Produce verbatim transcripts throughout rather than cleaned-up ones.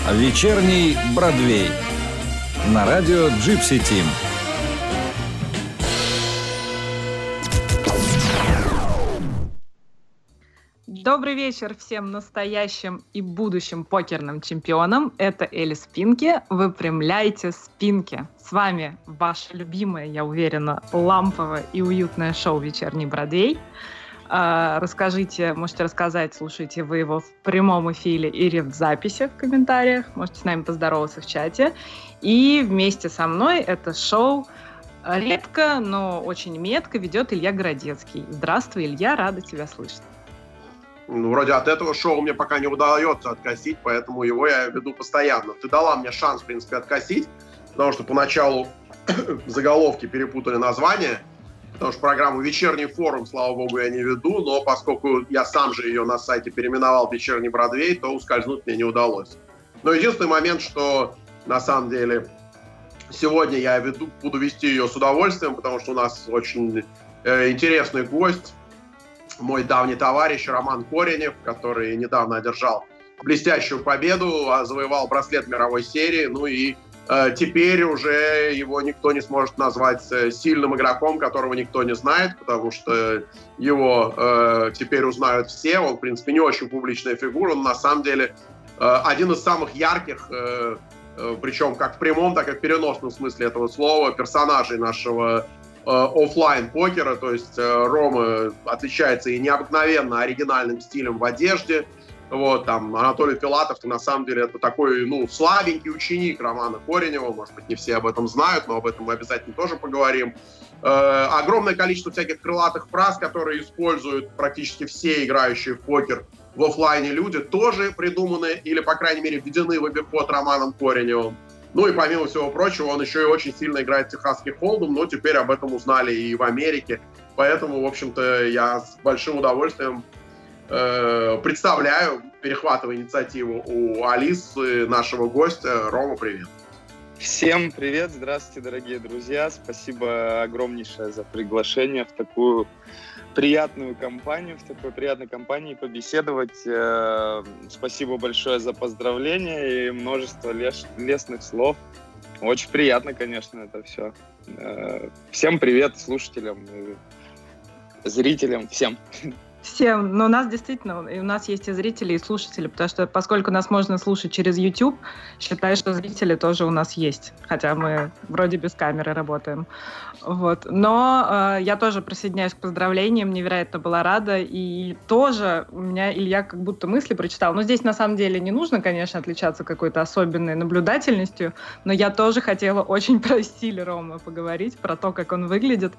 Вечерний Бродвей. На радио Gypsy Team. Добрый вечер всем настоящим и будущим покерным чемпионам. Это Элли Спинки. Выпрямляйте спинки. С вами ваше любимое, я уверена, ламповое и уютное шоу «Вечерний Бродвей». Расскажите, можете рассказать, слушаете вы его в прямом эфире или в записи в комментариях. Можете с нами поздороваться в чате. И вместе со мной это шоу редко, но очень метко ведет Илья Городецкий. Здравствуй, Илья, рада тебя слышать. Ну, вроде от этого шоу мне пока не удается откосить, поэтому его я веду постоянно. Ты дала мне шанс, в принципе, откосить, потому что поначалу заголовки перепутали название, потому что программу «Вечерний форум», слава богу, я не веду, но поскольку я сам же ее на сайте переименовал в «Вечерний Бродвей», то ускользнуть мне не удалось. Но единственный момент, что на самом деле сегодня я веду, буду вести ее с удовольствием, потому что у нас очень э, интересный гость, мой давний товарищ Роман Коренев, который недавно одержал блестящую победу, завоевал браслет мировой серии, ну и э, теперь уже его никто не сможет назвать сильным игроком, которого никто не знает, потому что его э, теперь узнают все. Он, в принципе, не очень публичная фигура, но на самом деле э, один из самых ярких, э, э, причем как в прямом, так и в переносном смысле этого слова, персонажей нашего офлайн покера, то есть Рома отличается и необыкновенно оригинальным стилем в одежде. Вот, там, Анатолий Филатов, на самом деле, это такой, ну, слабенький ученик Романа Коренева, может быть, не все об этом знают, но об этом мы обязательно тоже поговорим. Э, огромное количество всяких крылатых фраз, которые используют практически все играющие в покер в офлайне люди, тоже придуманы или, по крайней мере, введены в обиход Романом Кореневым. Ну и помимо всего прочего, он еще и очень сильно играет в техасский холдем, но теперь об этом узнали и в Америке. Поэтому, в общем-то, я с большим удовольствием э, представляю, перехватывая инициативу у Алисы, нашего гостя. Рома, привет. Всем привет, здравствуйте, дорогие друзья. Спасибо огромнейшее за приглашение в такую приятную компанию, в такой приятной компании побеседовать. Спасибо большое за поздравления и множество лес- лестных слов. Очень приятно, конечно, это все. Всем привет слушателям, зрителям, всем. Всем, но у нас действительно, и у нас есть и зрители, и слушатели, потому что поскольку нас можно слушать через YouTube, считай, что зрители тоже у нас есть, хотя мы вроде без камеры работаем. Вот. Но э, я тоже присоединяюсь к поздравлениям, невероятно была рада, и тоже у меня Илья как будто мысли прочитал. Но здесь на самом деле не нужно, конечно, отличаться какой-то особенной наблюдательностью, но я тоже хотела очень про стиль Ромы поговорить, про то, как он выглядит,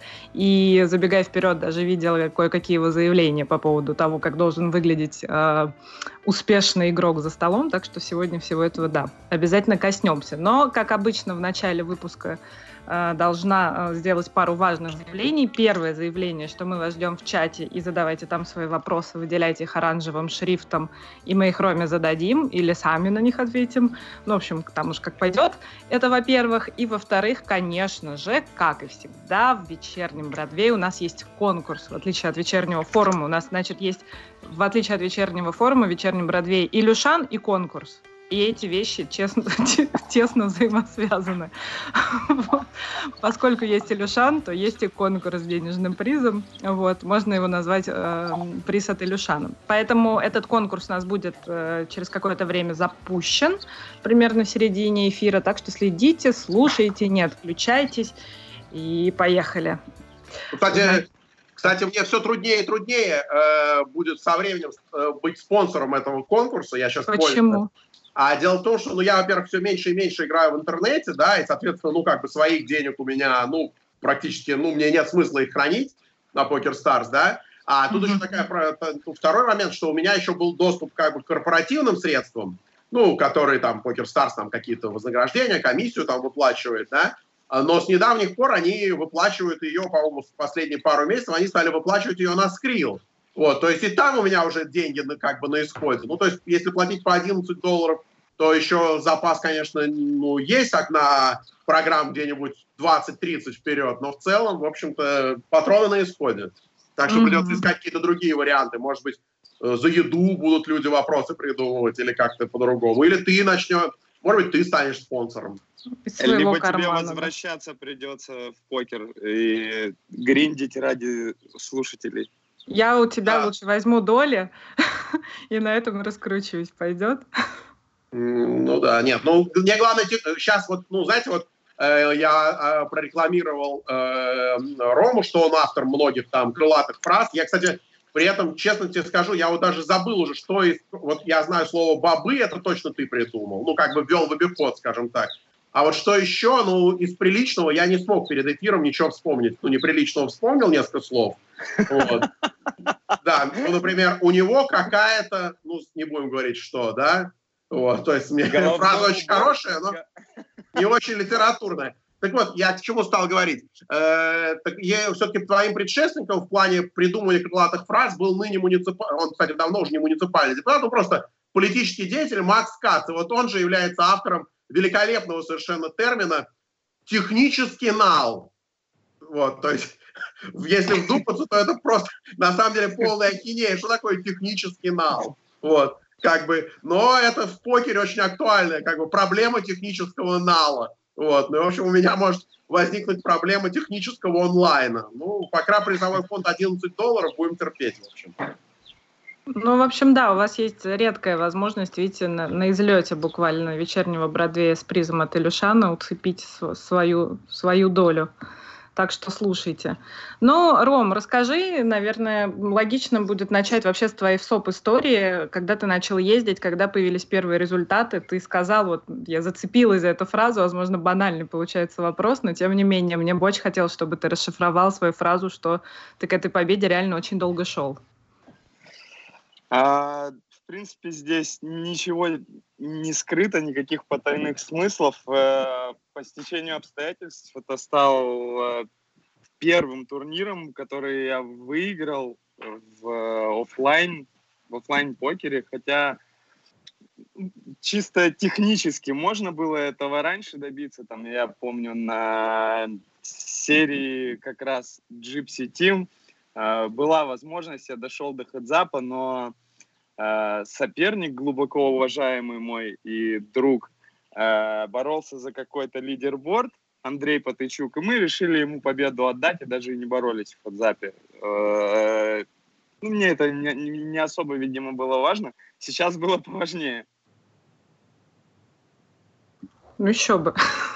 и забегая вперед, даже видела кое-какие его заявления по поводу того, как должен выглядеть э, успешный игрок за столом, так что сегодня всего этого, да, обязательно коснемся. Но, как обычно, в начале выпуска э, должна э, сделать пару важных заявлений. Первое заявление, что мы вас ждем в чате, и задавайте там свои вопросы, выделяйте их оранжевым шрифтом, и мы их Роме зададим, или сами на них ответим. Ну, в общем, там уж как пойдет. Это, во-первых. И, во-вторых, конечно же, как и всегда, в вечернем Бродвее у нас есть конкурс, в отличие от вечернего форума. У нас, значит, есть, в отличие от вечернего форума, в вечернем Бродвее и Люшан, и конкурс. И эти вещи честно, тесно взаимосвязаны. Вот. Поскольку есть Илюшан, то есть и конкурс с денежным призом. Вот. Можно его назвать э, приз от Илюшана. Поэтому этот конкурс у нас будет э, через какое-то время запущен, примерно в середине эфира. Так что следите, слушайте, не отключайтесь. И поехали. Кстати, Кстати, мне все труднее и труднее э, будет со временем э, быть спонсором этого конкурса. Я сейчас Почему? Понял. А дело в том, что ну, я, во-первых, все меньше и меньше играю в интернете, да, и, соответственно, ну, как бы своих денег у меня, ну, практически, ну, мне нет смысла их хранить на PokerStars, да. А тут mm-hmm. еще такая, второй момент, что у меня еще был доступ как бы к корпоративным средствам, ну, которые там PokerStars там какие-то вознаграждения, комиссию там выплачивает, да. Но с недавних пор они выплачивают ее, по-моему, в последние пару месяцев, они стали выплачивать ее на Skrill. Вот, то есть и там у меня уже деньги ну, как бы на исходе. Ну, то есть если платить по одиннадцать долларов, то еще запас, конечно, ну, есть, так на программ где-нибудь двадцать-тридцать вперед. Но в целом, в общем-то, патроны на исходе. Так что mm-hmm. придется искать какие-то другие варианты. Может быть, э, за еду будут люди вопросы придумывать или как-то по-другому. Или ты начнешь, может быть, ты станешь спонсором. Либо кармана, тебе да. возвращаться придется в покер и гриндить ради слушателей. Я у тебя Да. лучше возьму доли и на этом раскручиваюсь. Пойдет? М, Ну да, нет. Ну, мне главное, сейчас вот, ну, знаете, вот э, я э, прорекламировал э, Рому, что он автор многих там крылатых фраз. Я, кстати, при этом, честно тебе скажу, я вот даже забыл уже, что из... Вот я знаю слово «бобы», это точно ты придумал. Ну, как бы ввел в обиход, скажем так. А вот что еще, ну, из приличного я не смог перед эфиром ничего вспомнить. Ну, неприличного вспомнил несколько слов. Вот. Да, ну, например, у него какая-то, ну, не будем говорить, что, да? Вот, то есть мне Головной фраза очень убор. хорошая, но не очень литературная. Так вот, я к чему стал говорить? Э, так я все-таки твоим предшественником в плане придумывания крылатых фраз был ныне муниципальный, он, кстати, давно уже не муниципальный депутат, он просто политический деятель Макс Кац. И вот он же является автором великолепного совершенно термина «технический нал». Вот, то есть, если вдуматься, то это просто, на самом деле, полная ахинея. Что такое технический нал? Вот, как бы, но это в покере очень актуальная, как бы, проблема технического нала. Вот, ну, в общем, у меня может возникнуть проблема технического онлайна. Ну, пока призовой фонд одиннадцать долларов, будем терпеть, в общем. Ну, в общем, да, у вас есть редкая возможность, видите, на, на излете буквально вечернего Бродвея с призом от Илюшана уцепить св- свою, свою долю. Так что слушайте. Ну, Ром, расскажи, наверное, логично будет начать вообще с твоей ВСОП-истории, когда ты начал ездить, когда появились первые результаты. Ты сказал, вот я зацепилась за эту фразу, возможно, банальный получается вопрос, но тем не менее, мне бы очень хотелось, чтобы ты расшифровал свою фразу, что ты к этой победе реально очень долго шел. А, в принципе, здесь ничего не скрыто, никаких потайных смыслов. Э, По стечению обстоятельств это стал э, первым турниром, который я выиграл в офлайн, в офлайн-покере, хотя чисто технически можно было этого раньше добиться. Там, я помню, на серии как раз Gypsy Team э, была возможность, я дошел до хедзапа, но э, соперник, глубоко уважаемый мой и друг, э, боролся за какой-то лидерборд, Андрей Потычук, и мы решили ему победу отдать и даже и не боролись в хедзапе. Э, ну, мне это не, не особо, видимо, было важно. Сейчас было поважнее. Ну, еще бы.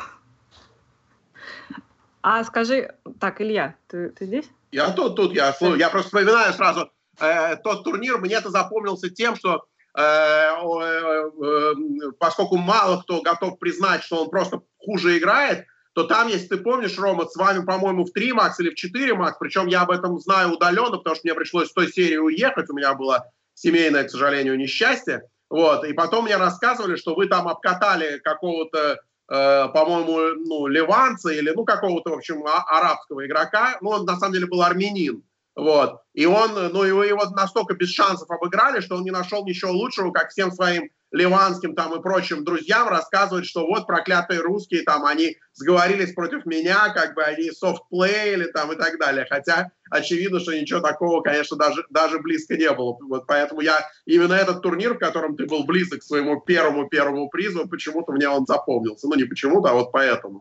А скажи, так, Илья, ты, ты здесь? Я тут, тут, я, я просто вспоминаю сразу э, тот турнир, мне-то запомнился тем, что э, э, э, поскольку мало кто готов признать, что он просто хуже играет, то там, если ты помнишь, Рома, с вами, по-моему, в три макс или в четыре макс, причем я об этом знаю удаленно, потому что мне пришлось с той серии уехать, у меня было семейное, к сожалению, несчастье. Вот, и потом мне рассказывали, что вы там обкатали какого-то, э, по-моему, ну, ливанца или, ну, какого-то, в общем, а- арабского игрока. Ну, он, на самом деле, был армянин. Вот. И он, ну, его, его настолько без шансов обыграли, что он не нашел ничего лучшего, как всем своим ливанским там и прочим друзьям рассказывать, что вот проклятые русские там, они сговорились против меня, как бы они софтплеили там и так далее. Хотя очевидно, что ничего такого, конечно, даже, даже близко не было. Вот поэтому я именно этот турнир, в котором ты был близок к своему первому-первому призу, почему-то мне он запомнился. Ну, не почему-то, а вот поэтому.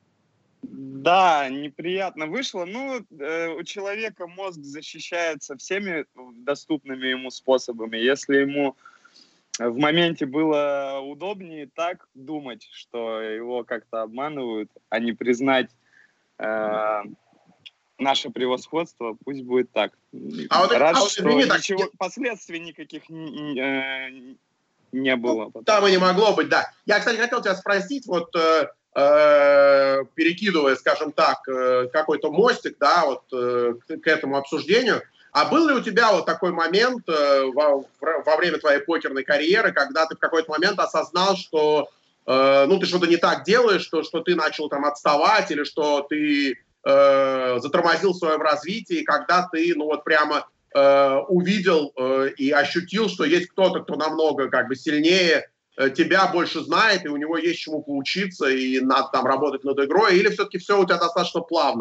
Да, неприятно вышло. Ну, э, у человека мозг защищается всеми доступными ему способами. Если ему в моменте было удобнее так думать, что его как-то обманывают, а не признать э, наше превосходство, пусть будет так. А вот, Рад, а вот, что извини, ничего, так, последствий никаких не, э, не было. Ну, там и не могло быть, да. Я, кстати, хотел тебя спросить, вот э, э, перекидывая, скажем так, э, какой-то мостик, да, вот э, к, к этому обсуждению. А был ли у тебя вот такой момент э, во, во время твоей покерной карьеры, когда ты в какой-то момент осознал, что э, ну, ты что-то не так делаешь, что, что ты начал там отставать, или что ты э, затормозил в своем развитии, когда ты, ну, вот прямо э, увидел э, и ощутил, что есть кто-то, кто намного как бы сильнее э, тебя, больше знает, и у него есть чему поучиться, и надо там работать над игрой, или все-таки все у тебя достаточно плавно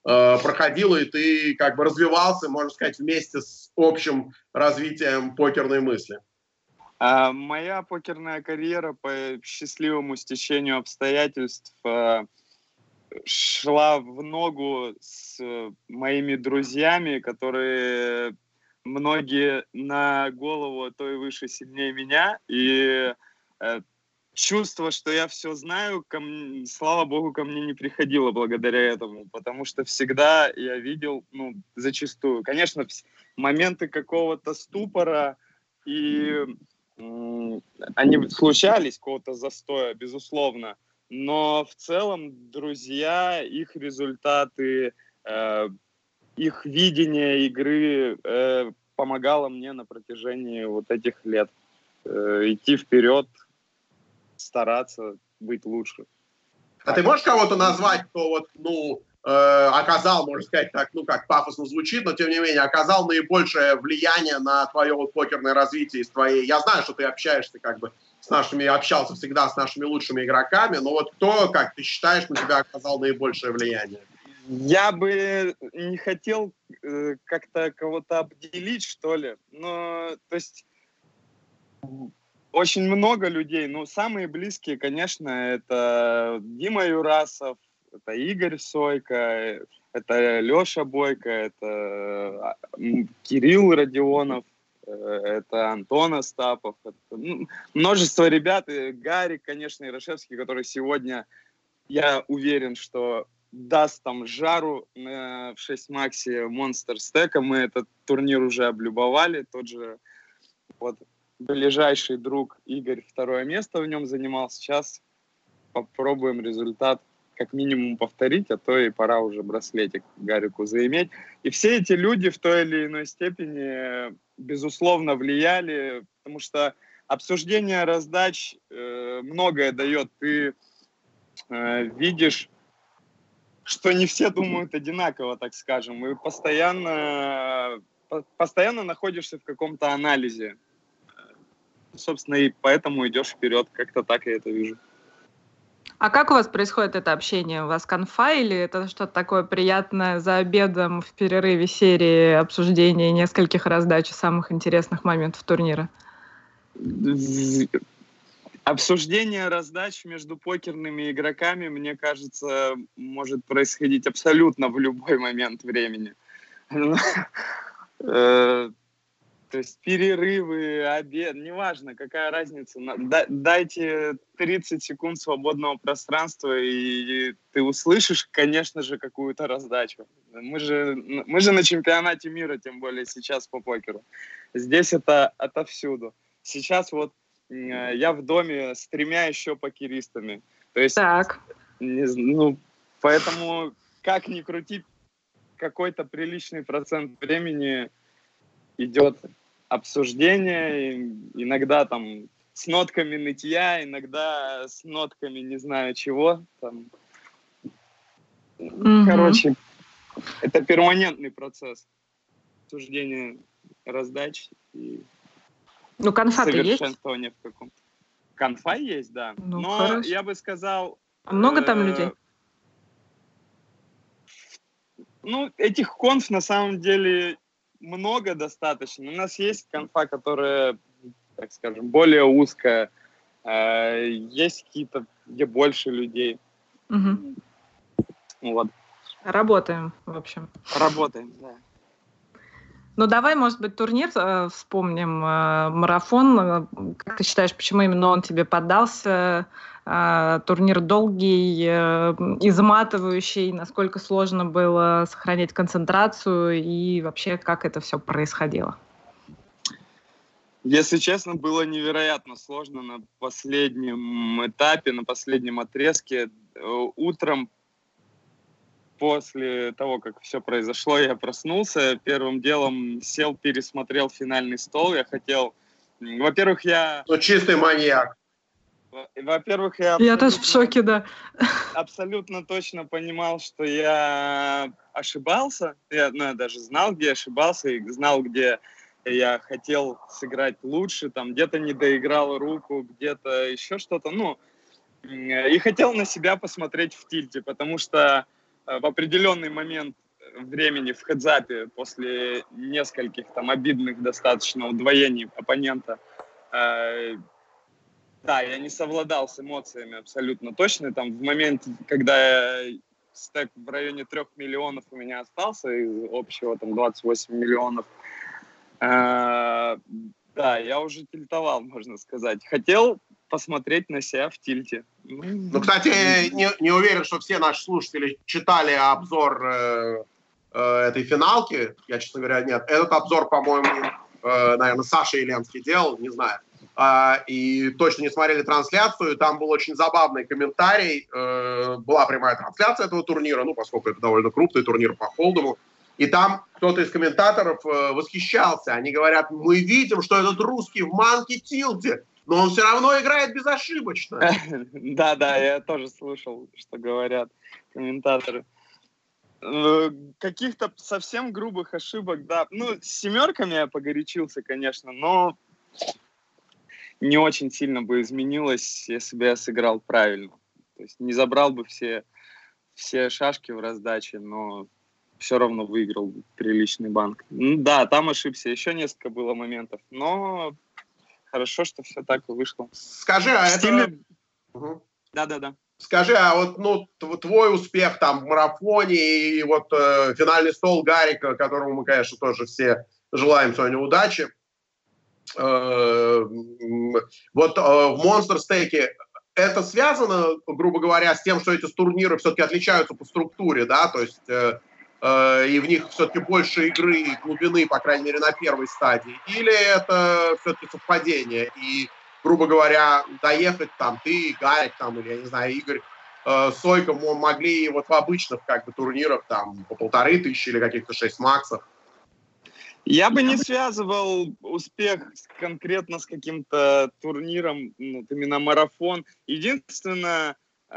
э, проходило, и ты как бы развивался, можно сказать, вместе с общим развитием покерной мысли? А, моя покерная карьера по счастливому стечению обстоятельств а, шла в ногу с моими друзьями, которые многие на голову, а то и выше, сильнее меня. И э, чувство, что я все знаю, ко мне, слава богу, ко мне не приходило благодаря этому, потому что всегда я видел, ну, зачастую, конечно, моменты какого-то ступора, и м- они случались, какого-то застоя, безусловно, но в целом друзья, их результаты, э, их видение игры э, помогало мне на протяжении вот этих лет э, идти вперед, стараться быть лучше. А ты можешь кого-то назвать, кто вот, ну, э, оказал, можно сказать, так, ну, как пафосно звучит, но тем не менее оказал наибольшее влияние на твое вот покерное развитие из твоей... Я знаю, что ты общаешься как бы с нашими, общался всегда с нашими лучшими игроками, но вот кто, как ты считаешь, на тебя оказал наибольшее влияние? Я бы не хотел э, как-то кого-то обделить, что ли, но, то есть, очень много людей, но самые близкие, конечно, это Дима Юрасов, это Игорь Сойко, это Леша Бойко, это Кирилл Родионов, это Антон Остапов, это, ну, множество ребят, и Гарик, конечно, Ярошевский, который сегодня, я уверен, что даст там жару на, в шесть максе Monster Stack. Мы этот турнир уже облюбовали, тот же вот ближайший друг Игорь второе место в нем занимал. Сейчас попробуем результат как минимум повторить, а то и пора уже браслетик Гарику заиметь. И все эти люди в той или иной степени, безусловно, влияли, потому что обсуждение раздач э, многое дает. Ты э, видишь, что не все думают одинаково, так скажем, и постоянно, постоянно находишься в каком-то анализе. Собственно, и поэтому идешь вперед. Как-то так я это вижу. А как у вас происходит это общение? У вас конфа или это что-то такое приятное за обедом в перерыве серии обсуждения нескольких раздач самых интересных моментов турнира? Обсуждение раздач между покерными игроками, мне кажется, может происходить абсолютно в любой момент времени. То есть перерывы, обед, неважно, какая разница. Дайте тридцать секунд свободного пространства, и ты услышишь, конечно же, какую-то раздачу. Мы же, мы же на чемпионате мира, тем более сейчас по покеру. Здесь это отовсюду. Сейчас вот я в доме с тремя еще покеристами. То есть, так. Не, ну, поэтому, как ни крути, какой-то приличный процент времени идет обсуждение, иногда там с нотками нытья, иногда с нотками не знаю чего. Там. Mm-hmm. Короче, это перманентный процесс обсуждения раздач и ну, конфа-то совершенствования есть? В каком-то. Конфа есть, да. Ну, но хорошо. Я бы сказал... А много э- там людей? Ну, этих конф на самом деле много достаточно. У нас есть конфа, которая, так скажем, более узкая. Э- есть какие-то, где больше людей. Угу. Вот. Работаем, в общем. Работаем, да. Ну, давай, может быть, турнир э, вспомним, э, марафон. Как ты считаешь, почему именно он тебе поддался? Э, турнир долгий, э, изматывающий. Насколько сложно было сохранять концентрацию и вообще, как это все происходило? Если честно, было невероятно сложно на последнем этапе, на последнем отрезке. Утром, после того, как все произошло, я проснулся, первым делом сел, пересмотрел финальный стол. Я хотел... Во-первых, я... Ну, чистый маньяк. Во-первых, я... Я тоже в шоке, да. Абсолютно точно понимал, что я ошибался. Я, ну, я даже знал, где ошибался, и знал, где я хотел сыграть лучше. Там где-то не доиграл руку, где-то еще что-то. Ну, и хотел на себя посмотреть в тильте, потому что в определенный момент времени в хедзапе после нескольких там обидных достаточно удвоений оппонента, э, да, я не совладал с эмоциями абсолютно точно. Там в момент, когда стек в районе трех миллионов у меня остался из общего там двадцать восемь миллионов, э, да, я уже тильтовал, можно сказать. Хотел посмотреть на себя в тильте. Ну, кстати, не, не уверен, что все наши слушатели читали обзор э, э, этой финалки. Я, честно говоря, нет. Этот обзор, по-моему, э, наверное, Саша Еленский делал, не знаю. Э, и точно не смотрели трансляцию. Там был очень забавный комментарий. Э, была прямая трансляция этого турнира, ну, поскольку это довольно крупный турнир по холдому. И там кто-то из комментаторов э, восхищался. Они говорят, мы видим, что этот русский в манке тилте, но он все равно играет безошибочно. Да-да, я тоже слышал, что говорят комментаторы. Каких-то совсем грубых ошибок, да. Ну, с семерками я погорячился, конечно, но не очень сильно бы изменилось, если бы я сыграл правильно. То есть не забрал бы все, все шашки в раздаче, но все равно выиграл приличный банк. Ну, да, там ошибся. Еще несколько было моментов, но хорошо, что все так и вышло. Скажи, а стиле... это... Угу. Да-да-да. Скажи, а вот ну, твой успех там в марафоне и вот э, финальный стол Гарика, которому мы, конечно, тоже все желаем сегодня удачи. Э, вот э, в Monster Stake это связано, грубо говоря, с тем, что эти турниры все-таки отличаются по структуре, да, то есть э, э, и в них все-таки больше игры и глубины, по крайней мере, на первой стадии, или это все-таки совпадение, и, грубо говоря, доехать там ты, Гарик, там, или, я не знаю, Игорь, э, Сойко могли вот в обычных как бы турнирах там по полторы тысячи или каких-то шесть максов? Я бы не связывал успех конкретно с каким-то турниром, ну, именно марафон. Единственное,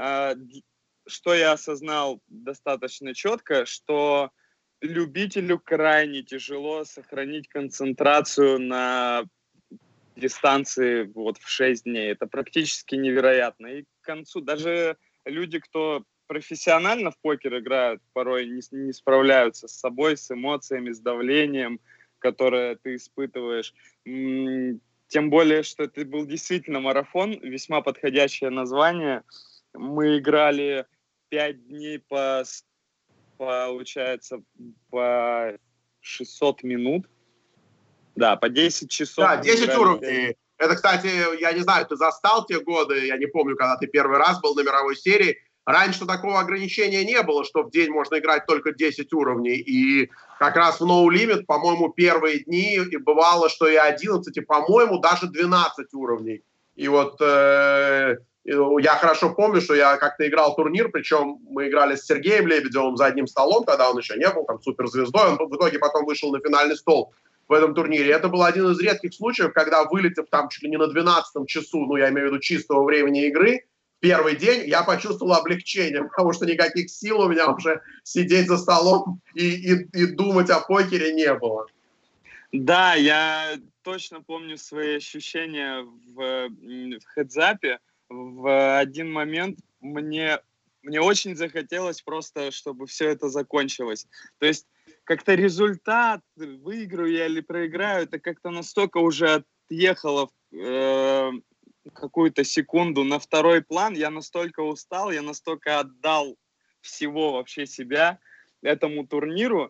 что я осознал достаточно четко, что любителю крайне тяжело сохранить концентрацию на дистанции вот в шесть дней. Это практически невероятно. И к концу даже люди, кто профессионально в покер играют, порой не, не справляются с собой, с эмоциями, с давлением, которое ты испытываешь. Тем более, что это был действительно марафон, весьма подходящее название. Мы играли пять дней по, получается, по шестьсот минут. Да, по десять часов. Да, десять уровней. Это, кстати, я не знаю, ты застал те годы, я не помню, когда ты первый раз был на мировой серии. Раньше такого ограничения не было, что в день можно играть только десять уровней. И как раз в No Limit, по-моему, первые дни и бывало, что и одиннадцать, и, по-моему, даже двенадцать уровней. И вот э, я хорошо помню, что я как-то играл турнир, причем мы играли с Сергеем Лебедевым за одним столом, тогда он еще не был там суперзвездой, он в итоге потом вышел на финальный стол в этом турнире. Это был один из редких случаев, когда, вылетев там чуть ли не на двенадцатом часу, ну, я имею в виду чистого времени игры, первый день я почувствовал облегчение, потому что никаких сил у меня уже сидеть за столом и, и, и думать о покере не было. Да, я точно помню свои ощущения в, в хедзапе. В один момент мне, мне очень захотелось просто, чтобы все это закончилось. То есть как-то результат, выиграю я или проиграю, это как-то настолько уже отъехало в... Э, какую-то секунду на второй план, я настолько устал, я настолько отдал всего вообще себя этому турниру,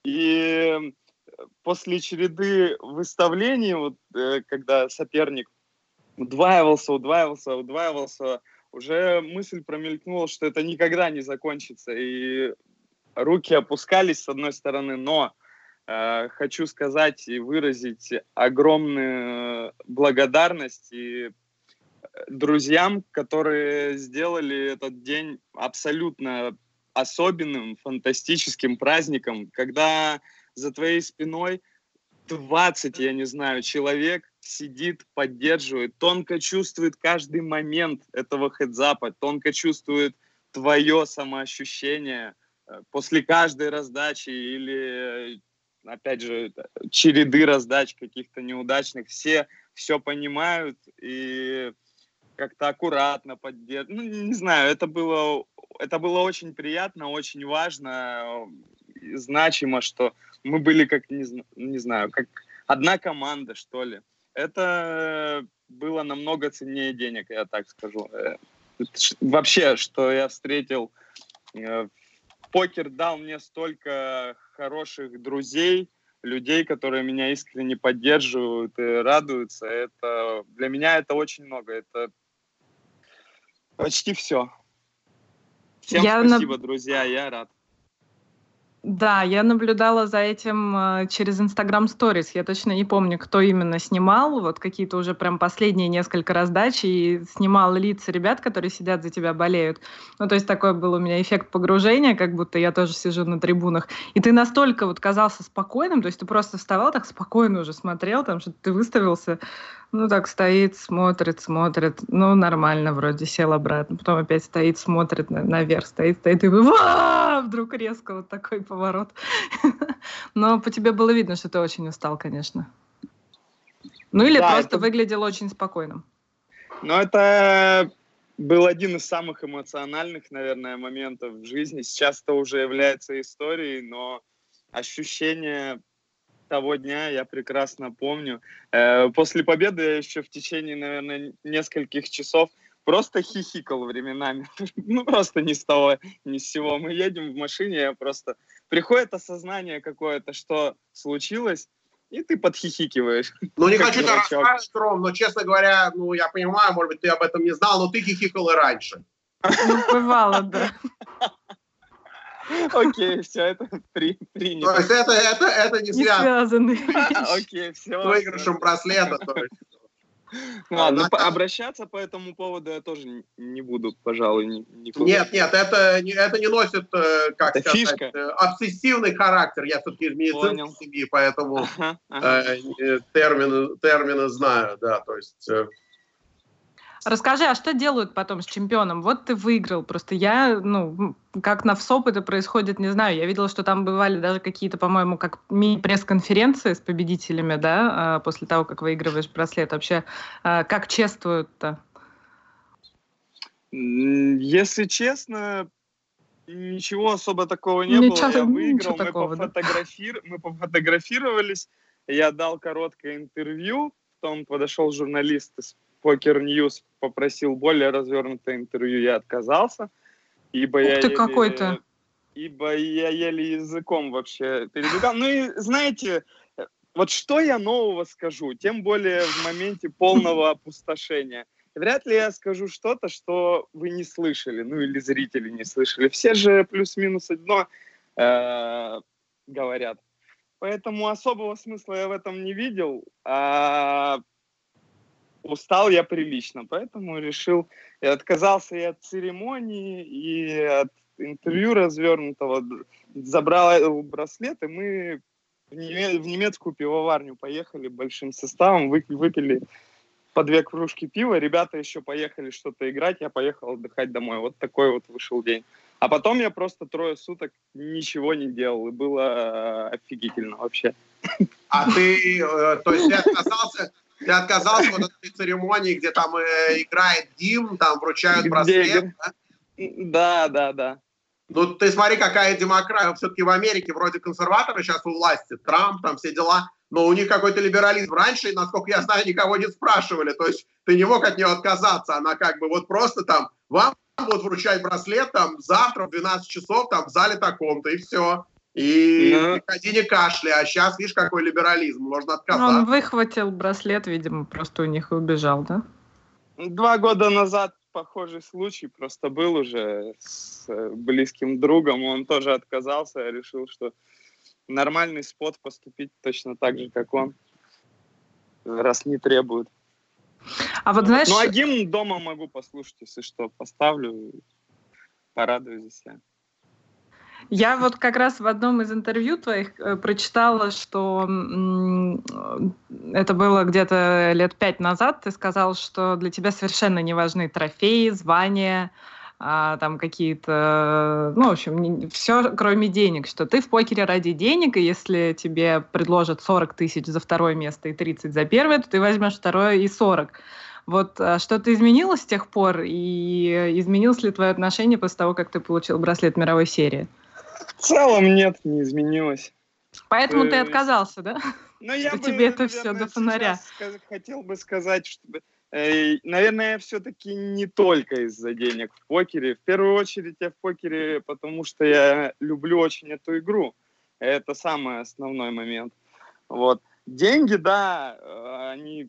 и после череды выставлений, вот, когда соперник удваивался, удваивался, удваивался, уже мысль промелькнула, что это никогда не закончится, и руки опускались с одной стороны, но э, хочу сказать и выразить огромную благодарность и друзьям, которые сделали этот день абсолютно особенным, фантастическим праздником, когда за твоей спиной двадцать, я не знаю, человек сидит, поддерживает, тонко чувствует каждый момент этого хедзапа, тонко чувствует твое самоощущение после каждой раздачи или, опять же, череды раздач каких-то неудачных. Все все понимают и как-то аккуратно поддерживать. Ну, не знаю, это было это было очень приятно, очень важно, значимо, что мы были как, не, не знаю, как одна команда, что ли. Это было намного ценнее денег, я так скажу. Вообще, что я встретил, покер дал мне столько хороших друзей, людей, которые меня искренне поддерживают и радуются. Это, для меня это очень много. Это почти все. Всем я спасибо, на... друзья, я рад. Да, я наблюдала за этим э, через Instagram Stories. Я точно не помню, кто именно снимал. Вот какие-то уже прям последние несколько раздач. И снимал лица ребят, которые сидят за тебя, болеют. Ну, то есть такой был у меня эффект погружения, как будто я тоже сижу на трибунах. И ты настолько вот казался спокойным, то есть ты просто вставал так спокойно уже смотрел, там что-то ты выставился. Ну, так стоит, смотрит, смотрит. Ну, нормально вроде, сел обратно. Потом опять стоит, смотрит на, наверх, стоит, стоит, и ва! Вдруг резко вот такой поворот. Но по тебе было видно, что ты очень устал, конечно. Ну, или да, просто это... выглядел очень спокойным. Ну, это был один из самых эмоциональных, наверное, моментов в жизни. Сейчас это уже является историей, но ощущение... того дня я прекрасно помню. После победы я еще в течение, наверное, нескольких часов просто хихикал временами. Ну, просто ни с того, ни с сего. Мы едем в машине, я просто... Приходит осознание какое-то, что случилось, и ты подхихикиваешь. Ну, не хочу тебя расстраивать, Ром, но, честно говоря, ну, я понимаю, может быть, ты об этом не знал, но ты хихикал и раньше. Ну, бывало, да. Окей, все, это при, принято. То есть это, это, это не, не связано. Окей, все. С выигрышем браслета. То есть. Ладно, а, обращаться по этому поводу я тоже не буду, пожалуй. Не, не нет, нет, это, это не носит, как это сказать, фишка. Обсессивный характер. Я все-таки из медицинской семьи, поэтому ага, ага. Э, термины, термины знаю, да, то есть... Э, Расскажи, а что делают потом с чемпионом? Вот ты выиграл, просто я, ну, как на ВСОП это происходит, не знаю. Я видела, что там бывали даже какие-то, по-моему, как мини-пресс-конференции с победителями, да, после того, как выигрываешь браслет. Вообще, как чествуют-то? Если честно, ничего особо такого не ничего, было. Я выиграл, мы, такого, пофотографир... да? мы пофотографировались, я дал короткое интервью, потом подошел журналист из Покер Ньюс, попросил более развернутое интервью, я отказался, ибо Ух я ты еле, какой-то. ибо я еле языком вообще передвигал. Ну и знаете, вот что я нового скажу, тем более в моменте полного опустошения. Вряд ли я скажу что-то, что вы не слышали, ну или зрители не слышали. Все же плюс-минус одно э, говорят. Поэтому особого смысла я в этом не видел. А устал я прилично, поэтому решил, я отказался и от церемонии, и от интервью развернутого, забрал браслет, и мы в, неме- в немецкую пивоварню поехали большим составом, выпили по две кружки пива, ребята еще поехали что-то играть, я поехал отдыхать домой. Вот такой вот вышел день. А потом я просто трое суток ничего не делал, и было офигительно вообще. А ты, то есть ты отказался... Ты отказался от этой церемонии, где там э, играет гимн, там вручают браслет, да? Да, да, да. Ну, ты смотри, какая демократия. Все-таки в Америке вроде консерваторы сейчас у власти, Трамп, там все дела, но у них какой-то либерализм. Раньше, насколько я знаю, никого не спрашивали, то есть ты не мог от нее отказаться. Она как бы вот просто там, вам будут вручать браслет там завтра в двенадцать часов там в зале таком-то, и все. И ну, не ходи, не кашляй. А сейчас, видишь, какой либерализм. Можно отказаться. Он выхватил браслет, видимо, просто у них и убежал, да? Два года назад похожий случай просто был уже с близким другом. Он тоже отказался. Я решил, что нормальный спот поступить точно так же, как он, раз не требует. А вот знаешь... Ну, а гимн дома могу послушать, если что. Поставлю, порадуюсь за себя. Я вот как раз в одном из интервью твоих э, прочитала, что м- это было где-то лет пять назад. Ты сказал, что для тебя совершенно не важны трофеи, звания, а, там какие-то, ну, в общем, не, все кроме денег, что ты в покере ради денег, и если тебе предложат сорок тысяч за второе место и тридцать за первое, то ты возьмешь второе и сорок. Вот а что-то изменилось с тех пор? И изменилось ли твое отношение после того, как ты получил браслет мировой серии? В целом нет, не изменилось. Поэтому То ты есть- отказался, да? Но я Что бы, тебе это наверное, всё до фонаря. сейчас ска- хотел бы сказать, что, э, наверное, все-таки не только из-за денег в покере. В первую очередь я в покере, потому что я люблю очень эту игру. Это самый основной момент. Вот. Деньги, да, э, они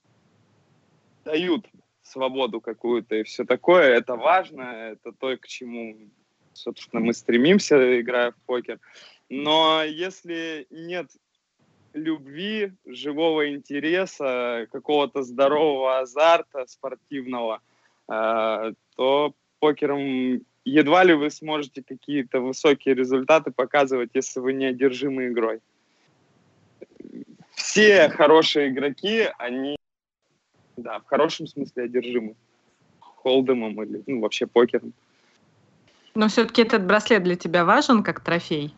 дают свободу какую-то и все такое. Это важно, это то, к чему, собственно, мы стремимся, играя в покер. Но если нет любви, живого интереса, какого-то здорового азарта спортивного, э, то покером едва ли вы сможете какие-то высокие результаты показывать, если вы не одержимы игрой. Все хорошие игроки, они, да, в хорошем смысле одержимы холдемом или ну, вообще покером. Но все-таки этот браслет для тебя важен как трофей?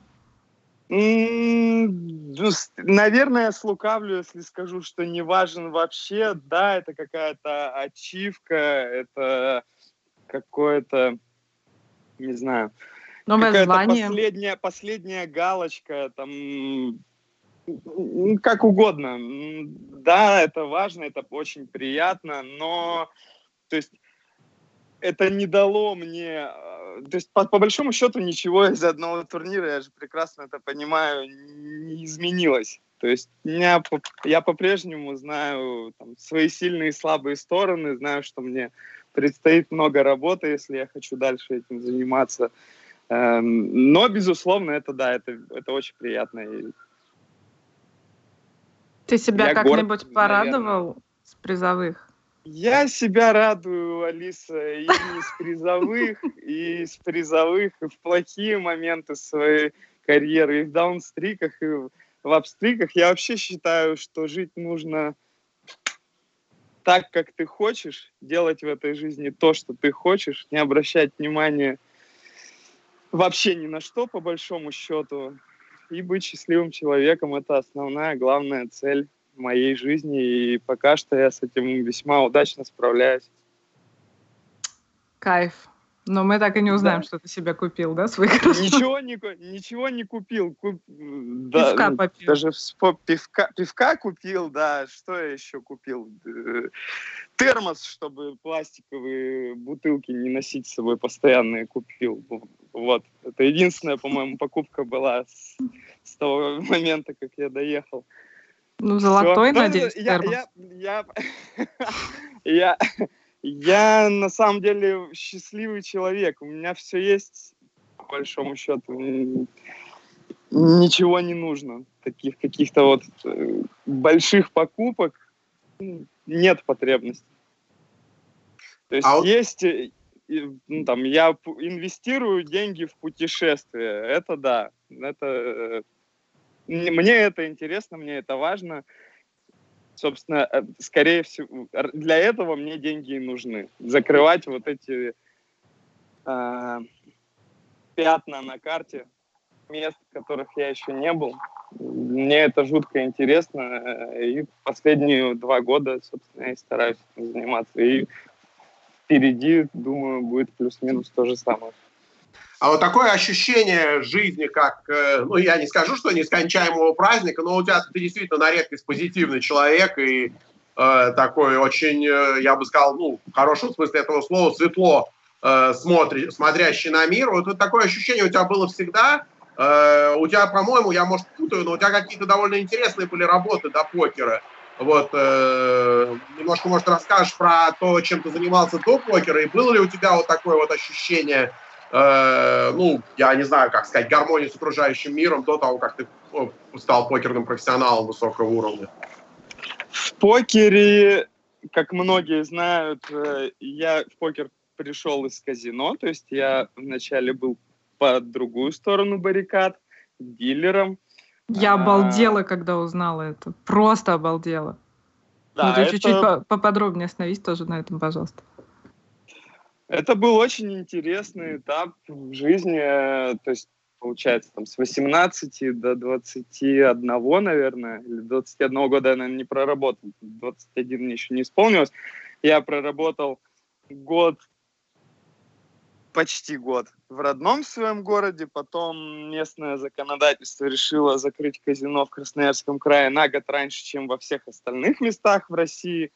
М, ну, с- Наверное, слукавлю, если скажу, что не важен вообще. Да, это какая-то ачивка, это какое-то, не знаю, Новое какая-то звание? последняя, последняя галочка, там, м, как угодно. М, Да, это важно, это очень приятно, но, то есть, это не дало мне, э, то есть по, по большому счету ничего из одного турнира, я же прекрасно это понимаю, не изменилось. То есть меня, по- я по-прежнему знаю там, свои сильные и слабые стороны, знаю, что мне предстоит много работы, если я хочу дальше этим заниматься. Эм, Но, безусловно, это да, это, это очень приятно. И Ты себя я горд, как-нибудь наверное. порадовал с призовых? Я себя радую, Алиса, и не с призовых, и с призовых, и в плохие моменты своей карьеры, и в даунстриках, и в в апстриках. Я вообще считаю, что жить нужно так, как ты хочешь, делать в этой жизни то, что ты хочешь, не обращать внимания вообще ни на что, по большому счету, и быть счастливым человеком. Это основная, главная цель моей жизни, и пока что я с этим весьма удачно справляюсь. Кайф. Но мы так и не узнаем, Да. что ты себе купил, да, свой кроссовок? Ничего не, ку- ничего не купил. Куп- да, Пивка ну, попил. даже вспо- пивка, пивка купил, да. Что я еще купил? Э, Термос, чтобы пластиковые бутылки не носить с собой постоянно, я купил. Вот. Это единственная, по-моему, покупка была с, с того момента, как я доехал. Ну, Всё. золотой, Но надеюсь, я, термос. я, я, я, я на самом деле счастливый человек. У меня все есть, по большому счету. М, Ничего не нужно. Таких каких-то вот э, больших покупок м, нет потребности. То есть А вот- есть, э, и, ну, там, я п- инвестирую деньги в путешествия. Это да. Это, э, м- мне это интересно, мне это важно. Собственно, э, скорее всего, р- для этого мне деньги и нужны. Закрывать вот эти а, пятна на карте, мест, в которых я еще не был. Мне это жутко интересно. э, И последние два года, собственно, я и стараюсь этим заниматься. И впереди, думаю, будет плюс-минус то же самое. А вот такое ощущение жизни, как, э, ну, я не скажу, что нескончаемого праздника, но у тебя ты действительно на редкость позитивный человек и э, такой очень, э, я бы сказал, ну, в хорошем смысле этого слова, светло э, смотри, смотрящий на мир. Вот, вот такое ощущение у тебя было всегда. Э, у тебя, по-моему, я, может, путаю, но у тебя какие-то довольно интересные были работы до покера. Вот, э, немножко, может, расскажешь про то, чем ты занимался до покера, и было ли у тебя вот такое вот ощущение, э, ну, я не знаю, как сказать, гармонии с окружающим миром до того, как ты э, стал покерным профессионалом высокого уровня? В покере, как многие знают, э, я в покер пришел из казино, то есть я вначале был по другую сторону баррикад, дилером. Я А, обалдела, когда узнала это. Просто обалдела. Ну, Да, ты чуть-чуть это, по- поподробнее остановись тоже на этом, пожалуйста. это был очень интересный этап в жизни, э, то есть, получается, там, с восемнадцати до двадцати одного, наверное, или двадцати одного года я, наверное, не проработал, двадцать один мне еще не исполнилось. Я проработал год, почти год в родном своем городе, потом местное законодательство решило закрыть казино в Красноярском крае на год раньше, чем во всех остальных местах в России.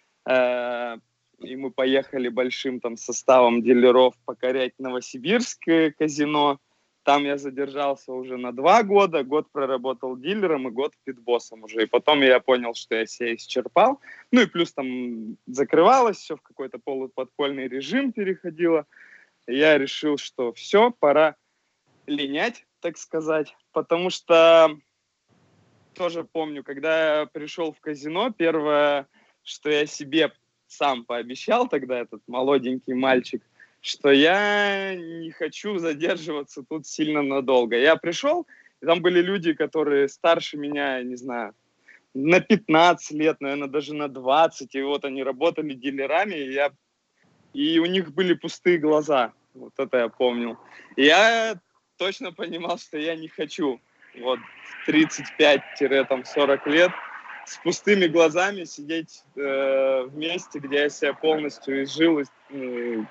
И мы поехали большим там составом дилеров покорять Новосибирское казино. Там я задержался уже на два года, год проработал дилером и год питбоссом уже. И потом я понял, что я себя исчерпал. Ну и плюс там закрывалось все, в какой-то полуподпольный режим переходило. И я решил, что все, пора линять, так сказать. Потому что тоже помню, когда я пришел в казино, первое, что я себе сам пообещал тогда, этот молоденький мальчик, что я не хочу задерживаться тут сильно надолго. Я пришел, и там были люди, которые старше меня, не знаю, на пятнадцать лет, наверное, даже на двадцать, и вот они работали дилерами, и, я... и у них были пустые глаза, вот это я помнил. И я точно понимал, что я не хочу вот тридцать пять - сорок лет с пустыми глазами сидеть э, в месте, где я себя полностью изжил, э,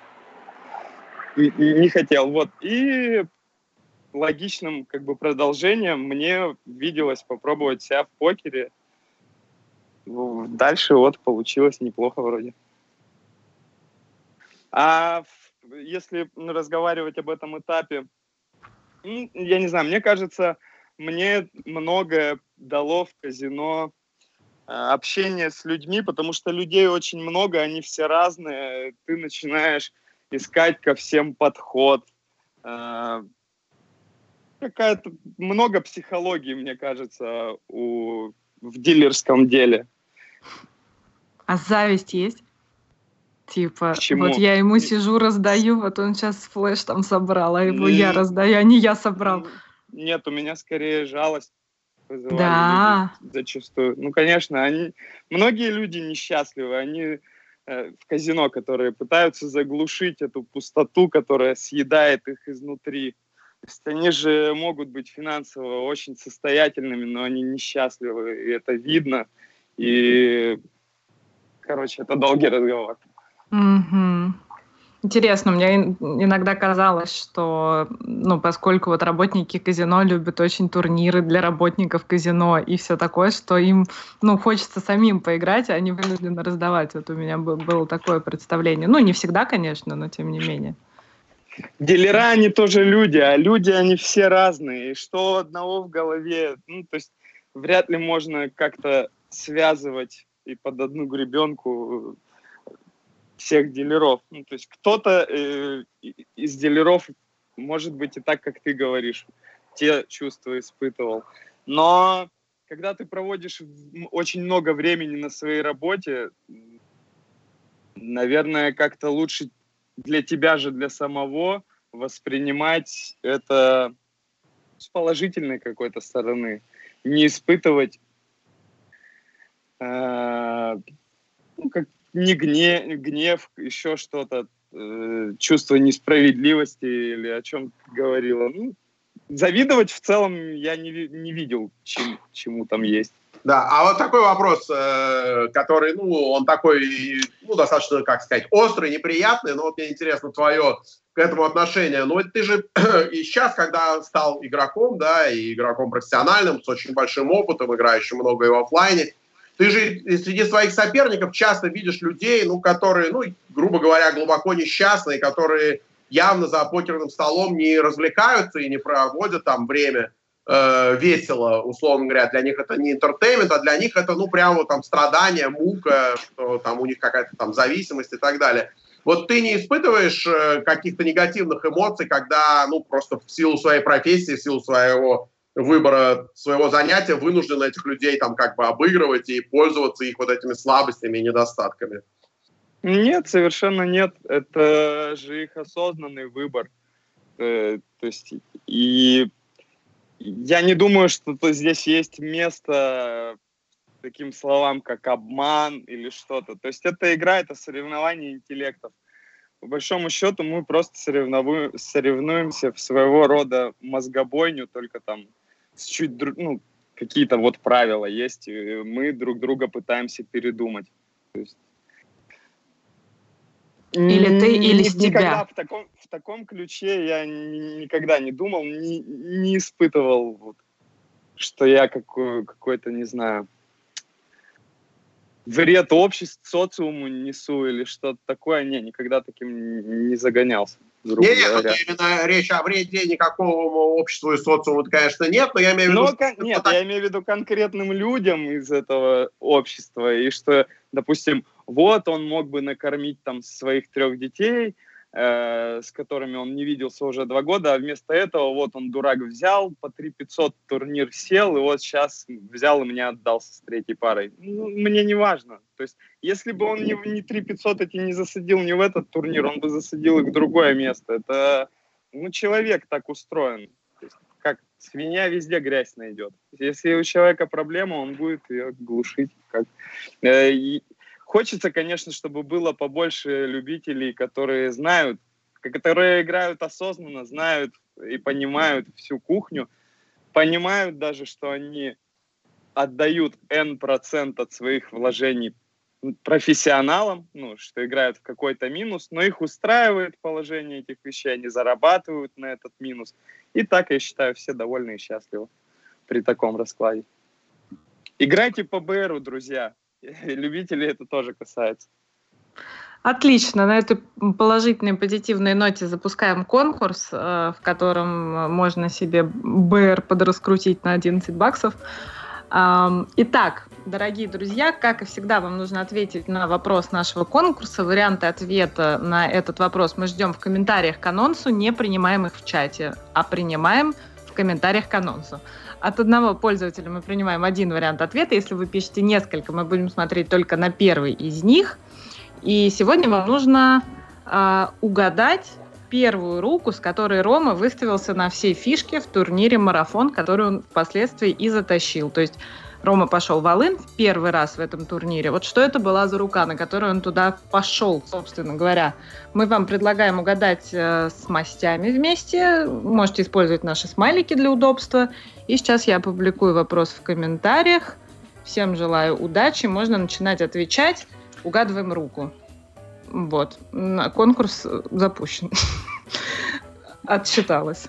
не хотел. Вот. И логичным как бы продолжением мне виделось попробовать себя в покере. Дальше вот получилось неплохо вроде. А если разговаривать об этом этапе, ну, я не знаю, мне кажется, мне многое дало в казино общение с людьми, потому что людей очень много, они все разные. Ты начинаешь искать ко всем подход. Э, какая-то много психологии, мне кажется, у, в дилерском деле. А зависть есть? Типа, Почему? вот я ему сижу, раздаю, вот он сейчас флеш там собрал, а его я раздаю, а не я собрал. Нет, у меня скорее жалость вызывали да. люди зачастую. Ну, конечно, они, многие люди несчастливы, они в казино, которые пытаются заглушить эту пустоту, которая съедает их изнутри. То есть они же могут быть финансово очень состоятельными, но они несчастливы, и это видно. И, короче, это долгий разговор. Угу. Интересно, мне иногда казалось, что, ну, поскольку вот работники казино любят очень турниры для работников казино и все такое, что им, ну, хочется самим поиграть, а они вынуждены раздавать. Вот у меня было такое представление. Ну, не всегда, конечно, но тем не менее. Дилера, они тоже люди, а люди, они все разные. И что одного в голове, ну, то есть вряд ли можно как-то связывать и под одну гребенку всех дилеров. Ну, то есть кто-то э, из дилеров, может быть, и так, как ты говоришь, те чувства испытывал. Но когда ты проводишь очень много времени на своей работе, наверное, как-то лучше для тебя же, для самого, воспринимать это с положительной какой-то стороны. Не испытывать э, ну, как не гнев, гнев, еще что-то, э, чувство несправедливости или о чем ты говорила. Ну, завидовать в целом я не, не видел, чем, чему там есть. Да, а вот такой вопрос, э, который, ну, он такой, ну, достаточно, как сказать, острый, неприятный, но вот мне интересно твое к этому отношение. Ну, ты же и сейчас, когда стал игроком, да, и игроком профессиональным, с очень большим опытом, играющим много и в офлайне, ты же среди своих соперников часто видишь людей, ну, которые, ну, грубо говоря, глубоко несчастные, которые явно за покерным столом не развлекаются и не проводят там время э, весело, условно говоря. Для них это не интертеймент, а для них это, ну, прямо там страдания, мука, что там у них какая-то там зависимость и так далее. Вот ты не испытываешь э, каких-то негативных эмоций, когда, ну, просто в силу своей профессии, в силу своего выбора своего занятия вынуждены этих людей там как бы обыгрывать и пользоваться их вот этими слабостями и недостатками? Нет, совершенно нет. Это же их осознанный выбор. Э, то есть, и я не думаю, что здесь есть место таким словам, как обман или что-то. То есть это игра, это соревнование интеллектов. По большому счету мы просто соревнуем, соревнуемся в своего рода мозгобойню, только там с чуть, ну, какие-то вот правила есть, и мы друг друга пытаемся передумать. То есть Или ты, или с Никогда тебя? в таком, в таком ключе я ни- никогда не думал, не, не испытывал, вот, что я какой, какой-то, не знаю, вред обществу, социуму несу или что-то такое. Не, никогда таким не загонялся, грубо Не, нет, говоря. тут именно речь о вреде никакого обществу и социуму, конечно, нет, но я имею в виду... Но, что кон- это нет, так- я имею в виду конкретным людям из этого общества, и что, допустим, вот он мог бы накормить там своих трех детей, э, с которыми он не виделся уже два года, а вместо этого вот он, дурак, взял, по три пятьсот турнир сел, и вот сейчас взял и мне отдался с третьей парой. Ну, мне не важно. То есть, если бы он не, не три пятьсот эти не засадил не в этот турнир, он бы засадил их в другое место. Это, ну, человек так устроен. То есть, как свинья везде грязь найдет. Если у человека проблема, он будет ее глушить. Как... Э, и хочется, конечно, чтобы было побольше любителей, которые знают, которые играют осознанно, знают и понимают всю кухню, понимают даже, что они отдают N процент от своих вложений профессионалам, ну, что играют в какой-то минус, но их устраивает положение этих вещей, они зарабатывают на этот минус. И так, я считаю, все довольны и счастливы при таком раскладе. Играйте по БРу, друзья. Любителей это тоже касается. Отлично. На этой положительной, позитивной ноте запускаем конкурс, э, в котором можно себе БР подраскрутить на одиннадцать баксов. Эм, Итак, дорогие друзья, как и всегда, вам нужно ответить на вопрос нашего конкурса. Варианты ответа на этот вопрос мы ждем в комментариях к анонсу, не принимаем их в чате, а принимаем в комментариях к анонсу. От одного пользователя мы принимаем один вариант ответа. Если вы пишете несколько, мы будем смотреть только на первый из них. И сегодня вам нужно э, угадать первую руку, с которой Рома выставился на все фишки в турнире «Марафон», который он впоследствии и затащил. То есть Рома пошел в Волынь в первый раз в этом турнире. Вот что это была за рука, на которую он туда пошел, собственно говоря. Мы вам предлагаем угадать э, с мастями вместе. Можете использовать наши смайлики для удобства. И сейчас я опубликую вопрос в комментариях. Всем желаю удачи. Можно начинать отвечать. Угадываем руку. Вот. Конкурс запущен. Отсчиталась.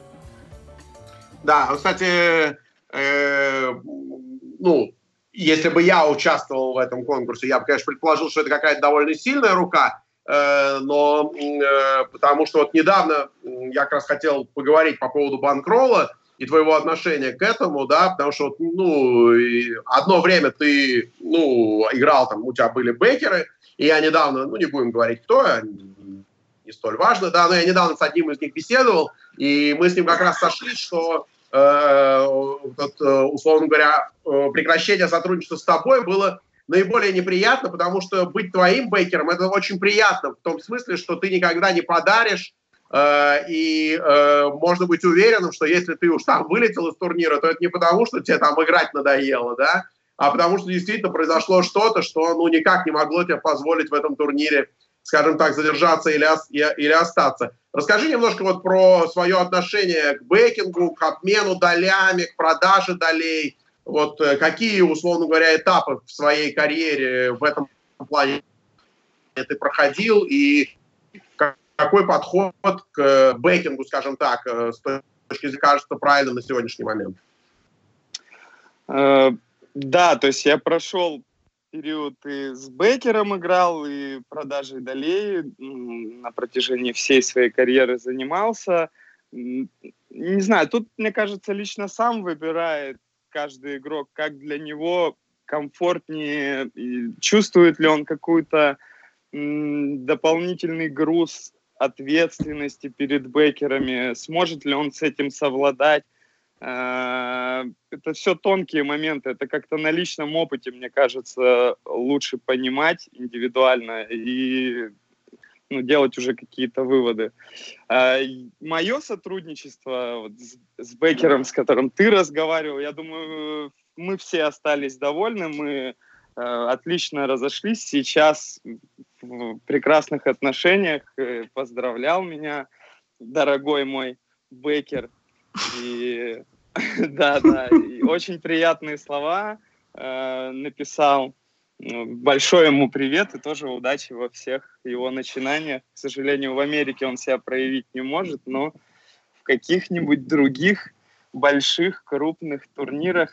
Да, кстати, э, ну, если бы я участвовал в этом конкурсе, я бы, конечно, предположил, что это какая-то довольно сильная рука, э, но э, потому что вот недавно я как раз хотел поговорить по поводу банкролла и твоего отношения к этому, да, потому что, ну, одно время ты, ну, играл, там, у тебя были бэкеры, и я недавно, ну, не будем говорить, кто, не столь важно, да, но я недавно с одним из них беседовал, и мы с ним как раз сошлись, что, э, вот, условно говоря, прекращение сотрудничества с тобой было наиболее неприятно, потому что быть твоим бэкером – это очень приятно, в том смысле, что ты никогда не подаришь, э, и э, можно быть уверенным, что если ты уж там вылетел из турнира, то это не потому, что тебе там играть надоело, да, а потому что действительно произошло что-то, что, ну, никак не могло тебе позволить в этом турнире, скажем так, задержаться или, или остаться. Расскажи немножко вот про свое отношение к бэкингу, к обмену долями, к продаже долей. Вот какие, условно говоря, этапы в своей карьере в этом плане ты проходил и какой подход к бэкингу, скажем так, с точки зрения, кажется, правильным на сегодняшний момент? Да, то есть я прошел период и с бэкером играл, и продажей долей на протяжении всей своей карьеры занимался. Не знаю, тут, мне кажется, лично сам выбирает каждый игрок, как для него комфортнее, и чувствует ли он какой-то дополнительный груз ответственности перед бэкерами, сможет ли он с этим совладать. Это все тонкие моменты, это как-то на личном опыте, мне кажется, лучше понимать индивидуально и, ну, делать уже какие-то выводы. Мое сотрудничество вот с, с бэкером, с которым ты разговаривал, я думаю, мы все остались довольны, мы отлично разошлись, сейчас в прекрасных отношениях, поздравлял меня, дорогой мой бэкер. И да, да, и очень приятные слова э, написал. Большой ему привет и тоже удачи во всех его начинаниях. К сожалению, в Америке он себя проявить не может, но в каких-нибудь других больших, крупных турнирах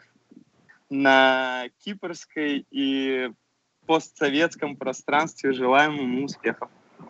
на кипрской и постсоветском пространстве желаем ему успехов.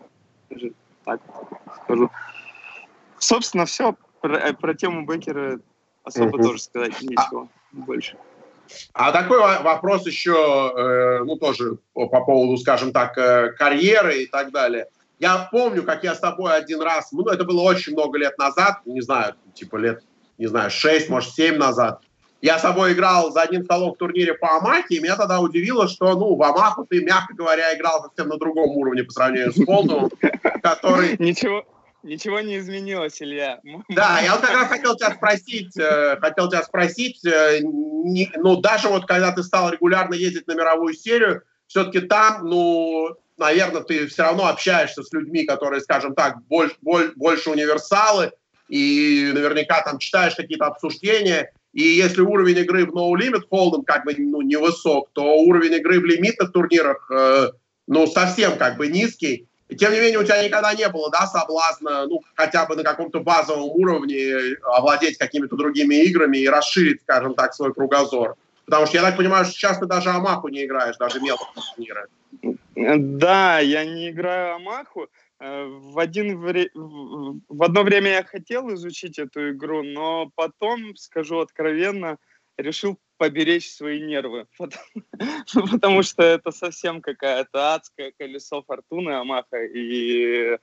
Так скажу. Собственно, все. Про, про тему Беккера особо uh-huh. тоже сказать нечего а, больше. А такой вопрос еще, э, ну, тоже по поводу, скажем так, э, карьеры и так далее. Я помню, как я с тобой один раз, ну, это было очень много лет назад, не знаю, типа лет, не знаю, шесть, может, семь назад. Я с тобой играл за одним столом в турнире по Амахе, и меня тогда удивило, что, ну, в Амаху ты, мягко говоря, играл совсем на другом уровне по сравнению с Холдомом, который... Ничего... Ничего не изменилось, Илья. Да, я вот как раз хотел тебя спросить, э, хотел тебя спросить, э, не, ну, даже вот когда ты стал регулярно ездить на мировую серию, все-таки там, ну, наверное, ты все равно общаешься с людьми, которые, скажем так, больше, больше универсалы, и наверняка там читаешь какие-то обсуждения, и если уровень игры в No Limit Hold'em как бы, ну, невысок, то уровень игры в лимитных турнирах, э, ну, совсем как бы низкий. И тем не менее у тебя никогда не было, да, соблазна, ну, хотя бы на каком-то базовом уровне овладеть какими-то другими играми и расширить, скажем так, свой кругозор. Потому что я так понимаю, что сейчас ты даже Амаху не играешь, даже мелкие турниры. Да, я не играю Амаху. В, один вре... в одно время я хотел изучить эту игру, но потом, скажу откровенно, решил поберечь свои нервы, потому, потому что это совсем какая-то адское колесо фортуны Амаха. И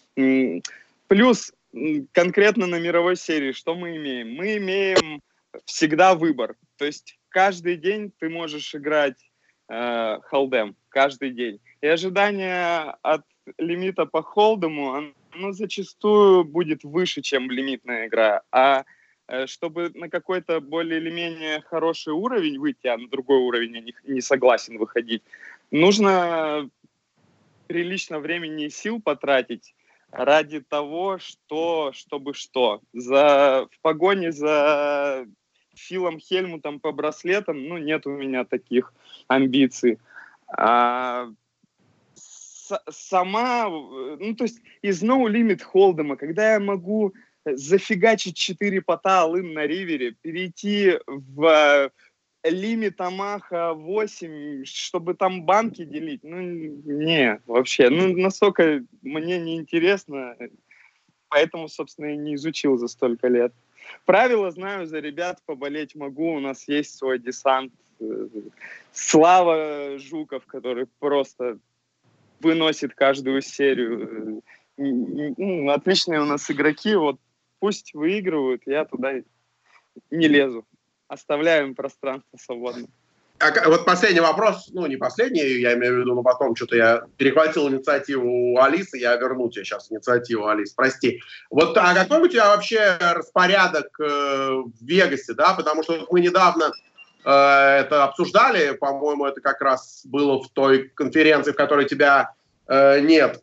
плюс конкретно на мировой серии что мы имеем? Мы имеем всегда выбор. То есть каждый день ты можешь играть э, холдем, каждый день. И ожидание от лимита по холдему, оно зачастую будет выше, чем лимитная игра. А чтобы на какой-то более или менее хороший уровень выйти, а на другой уровень я не, не согласен выходить, нужно прилично времени и сил потратить ради того, что, чтобы что. За, в погоне за Филом Хельмутом по браслетам, ну, нет у меня таких амбиций. А, с, сама, ну, то есть из No Limit Hold'ема, когда я могу зафигачить четыре пота алын на ривере, перейти в лимит Амаха восемь, чтобы там банки делить. Ну, не, вообще. Ну, настолько мне неинтересно, поэтому, собственно, и не изучил за столько лет. Правила знаю, за ребят поболеть могу, у нас есть свой десант. Слава Жуков, который просто выносит каждую серию. Ну, отличные у нас игроки, вот пусть выигрывают, я туда не лезу. Оставляем пространство свободно. А, вот последний вопрос, ну не последний, я имею в виду, но потом что-то я перехватил инициативу у Алисы, я верну тебе сейчас инициативу, Алис, прости. Вот, а какой у тебя вообще распорядок э, в Вегасе, да, потому что мы недавно э, это обсуждали, по-моему, это как раз было в той конференции, в которой тебя э, нет.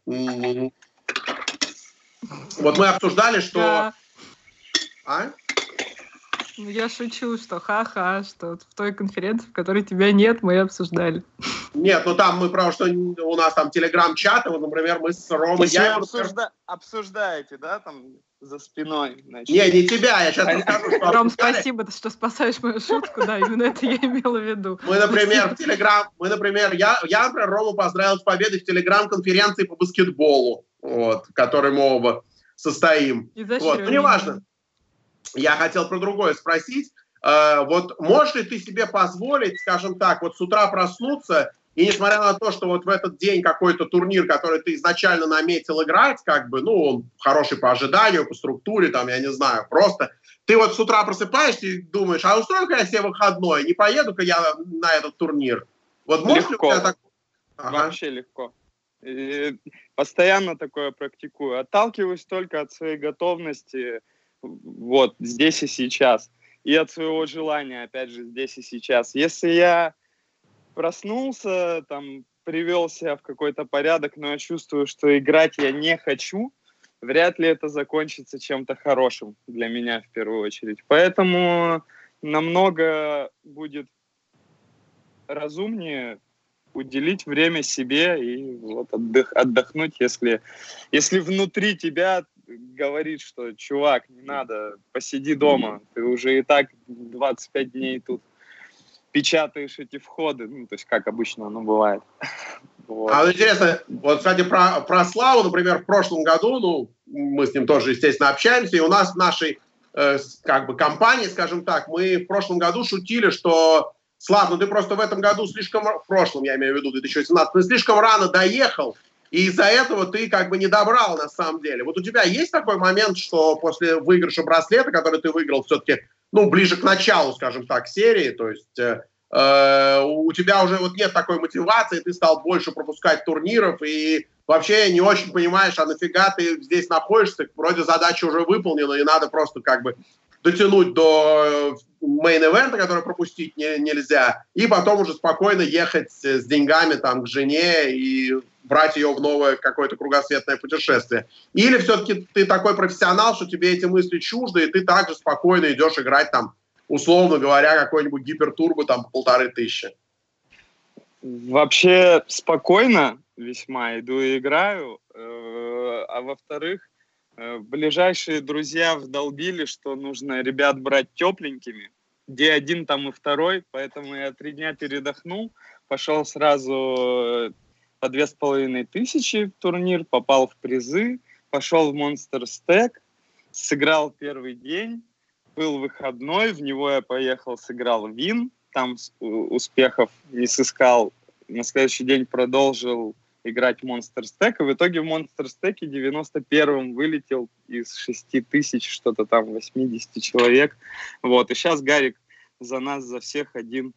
Вот мы обсуждали, что... Да. А? Ну, я шучу, что ха-ха, что в той конференции, в которой тебя нет, мы обсуждали. Нет, ну там мы, правда, что у нас там телеграм-чаты, вот, например, мы с Ромой... Я обсужда... обсуждаете, да, там за спиной? Значит. Не, не тебя, я сейчас расскажу, что... Ром, спасибо, что спасаешь мою шутку, да, именно это я имела в виду. Мы, например, в телеграм... Мы, например, я, я, например, Рому поздравил с победой в телеграм-конференции по баскетболу, вот, в которой мы оба состоим. Вот, ну, неважно. Я хотел про другое спросить. Э, вот можешь ли ты себе позволить, скажем так, вот с утра проснуться, и несмотря на то, что вот в этот день какой-то турнир, который ты изначально наметил играть, как бы, ну, он хороший по ожиданию, по структуре, там, я не знаю, просто ты вот с утра просыпаешься и думаешь, а устрою-ка я себе выходной, не поеду-ка я на этот турнир. Вот можешь легко. ли у тебя так... Ага. Вообще легко. И постоянно такое практикую. Отталкиваюсь только от своей готовности вот здесь и сейчас. И от своего желания, опять же, здесь и сейчас. Если я проснулся, там, привел себя в какой-то порядок, но я чувствую, что играть я не хочу, вряд ли это закончится чем-то хорошим для меня в первую очередь. Поэтому намного будет разумнее уделить время себе и вот отдых, отдохнуть, если, если внутри тебя говорит, что, чувак, не надо, посиди дома, ты уже и так двадцать пять дней тут печатаешь эти входы, ну, то есть как обычно оно бывает. Вот. А вот интересно, вот, кстати, про, про Славу, например, в прошлом году, ну, мы с ним тоже, естественно, общаемся, и у нас в нашей, э, как бы, компании, скажем так, мы в прошлом году шутили, что, Слав, ну ты просто в этом году слишком, в прошлом, я имею в виду, две тысячи восемнадцатом, ты слишком рано доехал, и из-за этого ты как бы не добрал на самом деле. Вот у тебя есть такой момент, что после выигрыша браслета, который ты выиграл все-таки, ну, ближе к началу, скажем так, серии, то есть... Э, у тебя уже вот нет такой мотивации, ты стал больше пропускать турниров и вообще не очень понимаешь, а нафига ты здесь находишься, вроде задача уже выполнена, и надо просто как бы дотянуть до мейн-эвента, который пропустить не, нельзя, и потом уже спокойно ехать с деньгами там к жене и брать ее в новое какое-то кругосветное путешествие. Или все-таки ты такой профессионал, что тебе эти мысли чужды, и ты также спокойно идешь играть там, условно говоря, какой-нибудь гипертурбо там по полторы тысячи. Вообще спокойно весьма иду и играю. А во-вторых, ближайшие друзья вдолбили, что нужно ребят брать тепленькими. Где один, там и второй. Поэтому я три дня передохнул. Пошел сразу по две с половиной тысячи в турнир. Попал в призы. Пошел в Monster Stack. Сыграл первый день. Был выходной, в него я поехал, сыграл вин, там успехов не сыскал. На следующий день продолжил играть в Monster Stack, и в итоге в Monster Stack девяносто первым вылетел из шести тысяч, что-то там, восемьдесят человек. Вот, и сейчас Гарик за нас, за всех один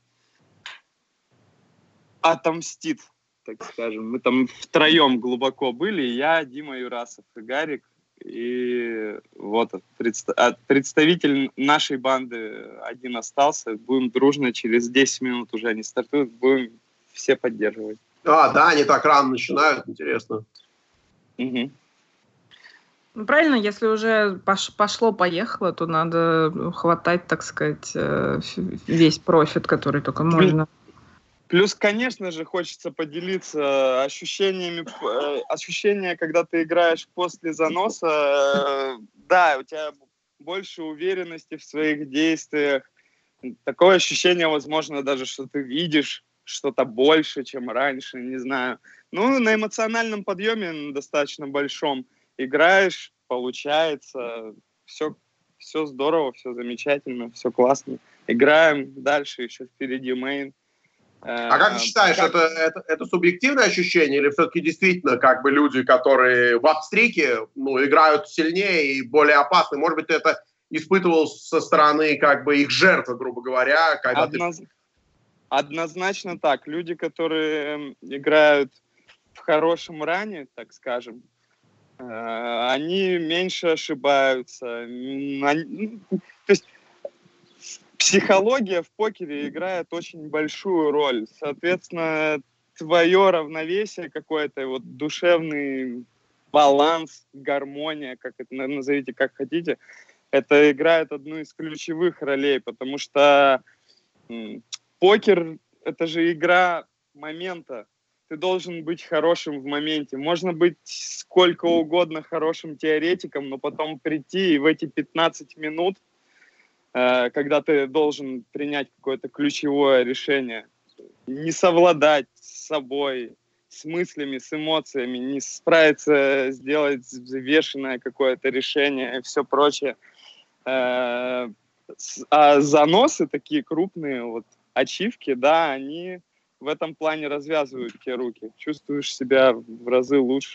отомстит, так скажем. Мы там втроем глубоко были, я, Дима Юрасов и Гарик. И вот представитель нашей банды один остался. Будем дружно, через десять минут уже они стартуют, будем все поддерживать. А, да, они так рано начинают, интересно. Угу. Ну, правильно, если уже пошло-поехало, то надо хватать, так сказать, весь профит, который только можно. Плюс, конечно же, хочется поделиться ощущениями, ощущения, когда ты играешь после заноса. Да, у тебя больше уверенности в своих действиях. Такое ощущение, возможно, даже, что ты видишь что-то больше, чем раньше, не знаю. Ну, на эмоциональном подъеме достаточно большом играешь, получается, все, все здорово, все замечательно, все классно. Играем дальше, еще впереди мейн. А как ты считаешь, как... Это, это, это субъективное ощущение или все-таки действительно как бы люди, которые в апстрике, ну, играют сильнее и более опасны? Может быть, ты это испытывал со стороны как бы их жертвы, грубо говоря? Когда Одноз... ты... Однозначно так. Люди, которые играют в хорошем ране, так скажем, они меньше ошибаются. Они... То есть психология в покере играет очень большую роль. Соответственно, твое равновесие какое-то, вот душевный баланс, гармония, как это назовите, как хотите, это играет одну из ключевых ролей, потому что м, покер — это же игра момента. Ты должен быть хорошим в моменте. Можно быть сколько угодно хорошим теоретиком, но потом прийти и в эти пятнадцать минут, когда ты должен принять какое-то ключевое решение, не совладать с собой, с мыслями, с эмоциями, не справиться сделать взвешенное какое-то решение и все прочее. А заносы такие крупные, вот ачивки, да, они в этом плане развязывают тебе руки. Чувствуешь себя в разы лучше.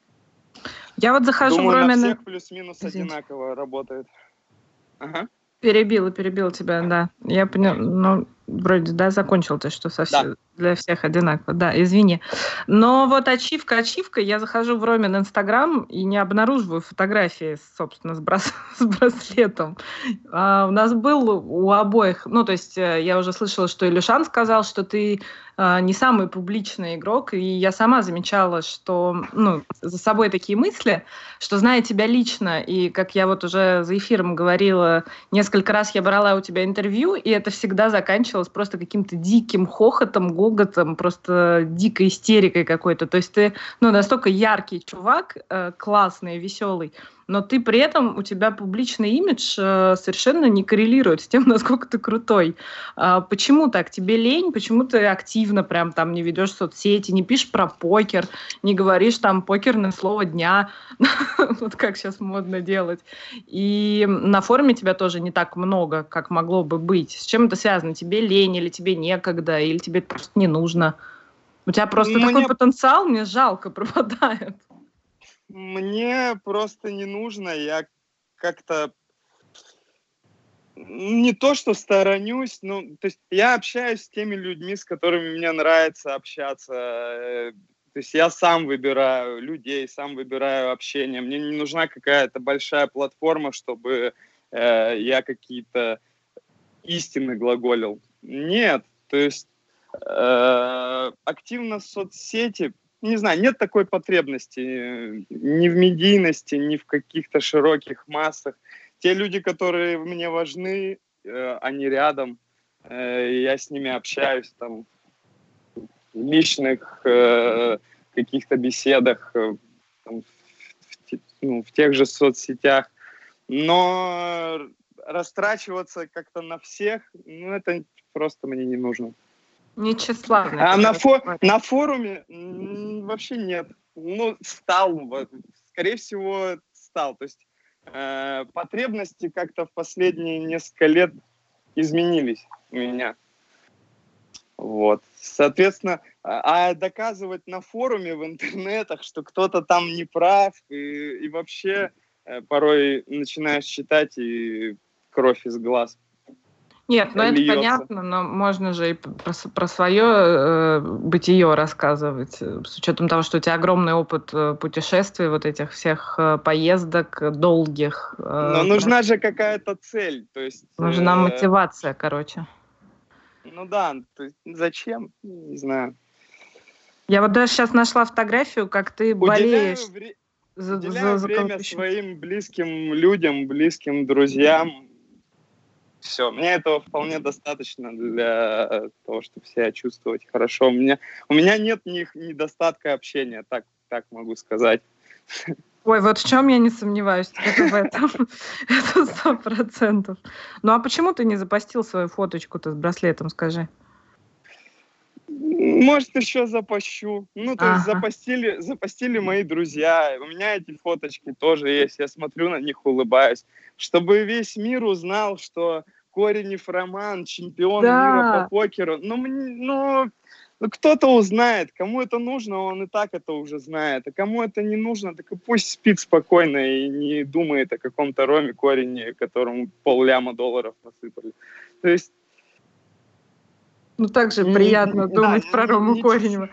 Я вот захожу Думаю, в Роме... на всех плюс-минус Извините. одинаково работает. Ага. Перебила, перебила тебя, да. Я поняла, ну, вроде, да, закончил ты, что совсем да. Для всех одинаково. Да, извини. Но вот ачивка, ачивка, я захожу в Ромин Инстаграм и не обнаруживаю фотографии, собственно, с, брас... с браслетом. А у нас был у обоих, ну, то есть я уже слышала, что Илюшан сказал, что ты а, не самый публичный игрок, и я сама замечала, что, ну, за собой такие мысли, что, зная тебя лично, и, как я вот уже за эфиром говорила, несколько раз я брала у тебя интервью, и это всегда заканчивалось просто каким-то диким хохотом, гоготом, просто дикой истерикой какой-то. То есть ты, ну, настолько яркий чувак, э, классный, веселый, но ты при этом, у тебя публичный имидж э, совершенно не коррелирует с тем, насколько ты крутой. А почему так? Тебе лень? Почему ты активно прям там не ведешь соцсети, не пишешь про покер, не говоришь там покерное слово дня, вот как сейчас модно делать. И на форуме тебя тоже не так много, как могло бы быть. С чем это связано? Тебе лень, или тебе некогда, или тебе это просто не нужно? У тебя просто Мне... такой потенциал, мне жалко, пропадает. Мне просто не нужно, я как-то не то, что сторонюсь, но то есть я общаюсь с теми людьми, с которыми мне нравится общаться. То есть я сам выбираю людей, сам выбираю общение. Мне не нужна какая-то большая платформа, чтобы э, я какие-то истины глаголил. Нет, то есть э, активно в соцсети, не знаю, нет такой потребности ни в медийности, ни в каких-то широких массах. Те люди, которые мне важны, э, они рядом, э, я с ними общаюсь там в личных э, каких-то беседах, э, там, в, ну, в тех же соцсетях. Но растрачиваться как-то на всех, ну, это просто мне не нужно. Не тщеславный. А на, фо- на форуме м, вообще нет. Ну, стал, скорее всего, стал. То есть э, потребности как-то в последние несколько лет изменились у меня. Вот. Соответственно, а, а доказывать на форуме, в интернетах, что кто-то там не прав, и, и вообще э, порой начинаешь читать, и кровь из глаз. Нет, ну это понятно, но можно же и про, про свое э, бытие рассказывать, с учетом того, что у тебя огромный опыт э, путешествий, вот этих всех э, поездок долгих. Э, но нужна же какая-то цель, то есть... Нужна э, мотивация, короче. Ну да, то есть зачем? Не знаю. Я вот даже сейчас нашла фотографию, как ты болеешь. Уделяю, вре- за, уделяю за, за время своим близким людям, близким друзьям. Все, мне этого вполне достаточно для того, чтобы себя чувствовать хорошо. У меня, у меня нет ни, недостатка общения, так, так могу сказать. Ой, вот в чем я не сомневаюсь, это в этом. Это сто процентов. Ну а почему ты не запостил свою фоточку-то с браслетом, скажи? Может, еще запощу. Ну, то ага. есть запостили, запостили мои друзья. У меня эти фоточки тоже есть. Я смотрю на них, улыбаюсь. Чтобы весь мир узнал, что Коренев Роман, чемпион да. мира по покеру. Ну, ну, ну, кто-то узнает. Кому это нужно, он и так это уже знает. А кому это не нужно, так и пусть спит спокойно и не думает о каком-то Роме Корене, которому пол-ляма долларов насыпали. То есть ну, так же приятно не, думать да, про не, Рому не, Коренева.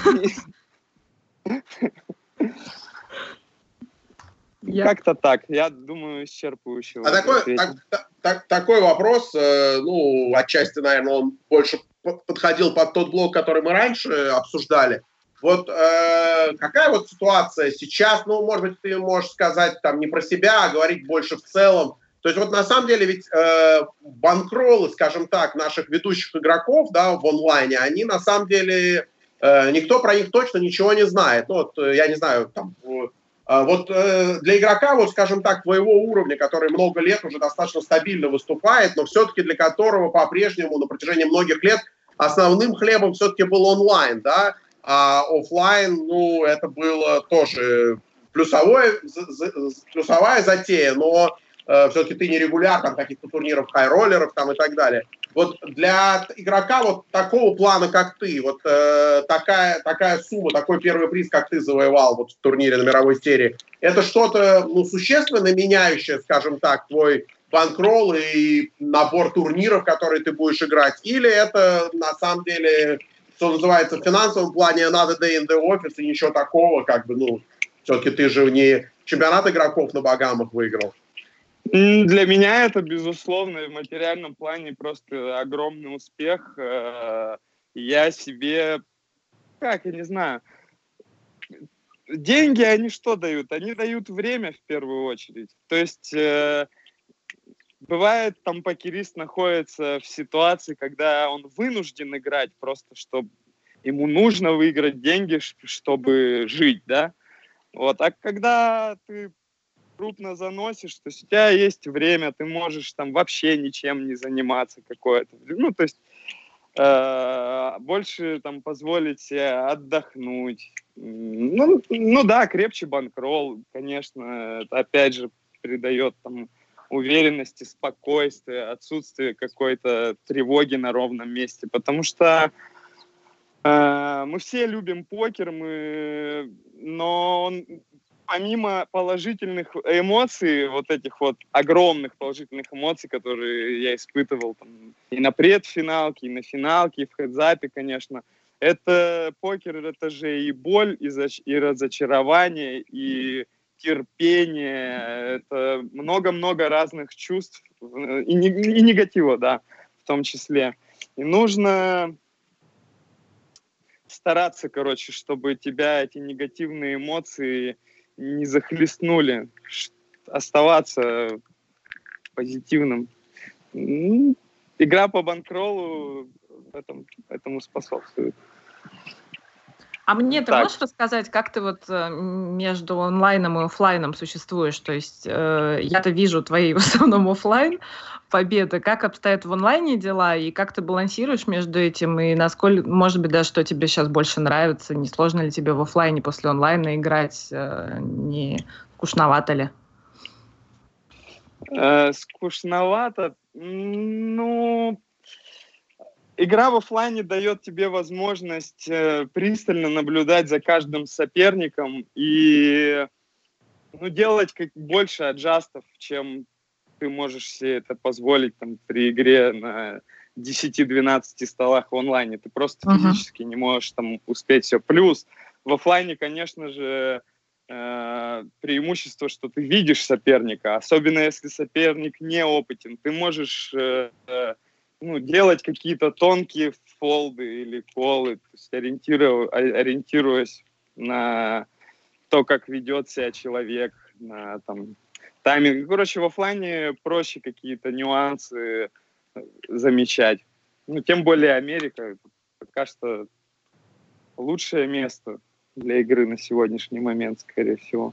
Я... Как-то так. Я думаю, исчерпывающе. А такой, так, так, такой вопрос, ну, отчасти, наверное, он больше подходил под тот блок, который мы раньше обсуждали. Вот э, какая вот ситуация сейчас, ну, может быть, ты можешь сказать там не про себя, а говорить больше в целом. То есть вот на самом деле ведь э, банкроллы, скажем так, наших ведущих игроков, да, в онлайне, они на самом деле, э, никто про них точно ничего не знает. Ну вот, я не знаю, там, э, вот э, для игрока, вот скажем так, твоего уровня, который много лет уже достаточно стабильно выступает, но все-таки для которого по-прежнему на протяжении многих лет основным хлебом все-таки был онлайн, да, а офлайн, ну, это было тоже плюсовое, плюсовая затея, но все-таки ты не регуляр там каких-то турниров, хай-роллеров там и так далее. Вот для игрока вот такого плана, как ты, вот э, такая, такая сумма, такой первый приз, как ты завоевал вот в турнире на мировой серии, это что-то, ну, существенно меняющее, скажем так, твой банкролл и набор турниров, которые ты будешь играть, или это на самом деле, что называется, в финансовом плане another day in the office и ничего такого, как бы, ну, все-таки ты же не чемпионат игроков на Багамах выиграл. Для меня это, безусловно, в материальном плане просто огромный успех. Я себе, как, я не знаю, деньги, они что дают? Они дают время в первую очередь. То есть бывает, там покерист находится в ситуации, когда он вынужден играть просто, чтобы ему нужно выиграть деньги, чтобы жить, да. Вот, а когда ты крупно заносишь, то есть у тебя есть время, ты можешь там вообще ничем не заниматься какое-то, ну, то есть э, больше там позволить себе отдохнуть. Ну, ну да, крепче банкролл, конечно, это опять же придает там уверенности, спокойствия, отсутствие какой-то тревоги на ровном месте, потому что э, мы все любим покер, мы, но он, помимо положительных эмоций, вот этих вот огромных положительных эмоций, которые я испытывал там, и на предфиналке, и на финалке, и в хедзапе, конечно, это покер, это же и боль, и, зач- и разочарование, и терпение, это много-много разных чувств, и, не- и негатива, да, в том числе. И нужно стараться, короче, чтобы тебя эти негативные эмоции не захлестнули, оставаться позитивным. Игра по банкроллу этом, этому способствует. А мне ты Так. можешь рассказать, как ты вот э, между онлайном и офлайном существуешь? То есть э, я-то вижу твои в основном офлайн победы. Как обстоят в онлайне дела и как ты балансируешь между этим? И насколько, может быть, даже что тебе сейчас больше нравится? Не сложно ли тебе в офлайне после онлайна играть? Э, не скучновато ли? Э, скучновато? Ну... Игра в офлайне дает тебе возможность э, пристально наблюдать за каждым соперником и ну, делать как больше аджастов, чем ты можешь себе это позволить там, при игре на десяти-двенадцати столах в онлайне. Ты просто uh-huh. физически не можешь там успеть все. Плюс в офлайне, конечно же, э, преимущество, что ты видишь соперника, особенно если соперник неопытен. Ты можешь... Э, э, ну, делать какие-то тонкие фолды или колы, то есть ориентиру, ориентируясь на то, как ведет себя человек, на там, тайминг. Короче, в офлайне проще какие-то нюансы замечать. Ну, тем более Америка пока что лучшее место для игры на сегодняшний момент, скорее всего.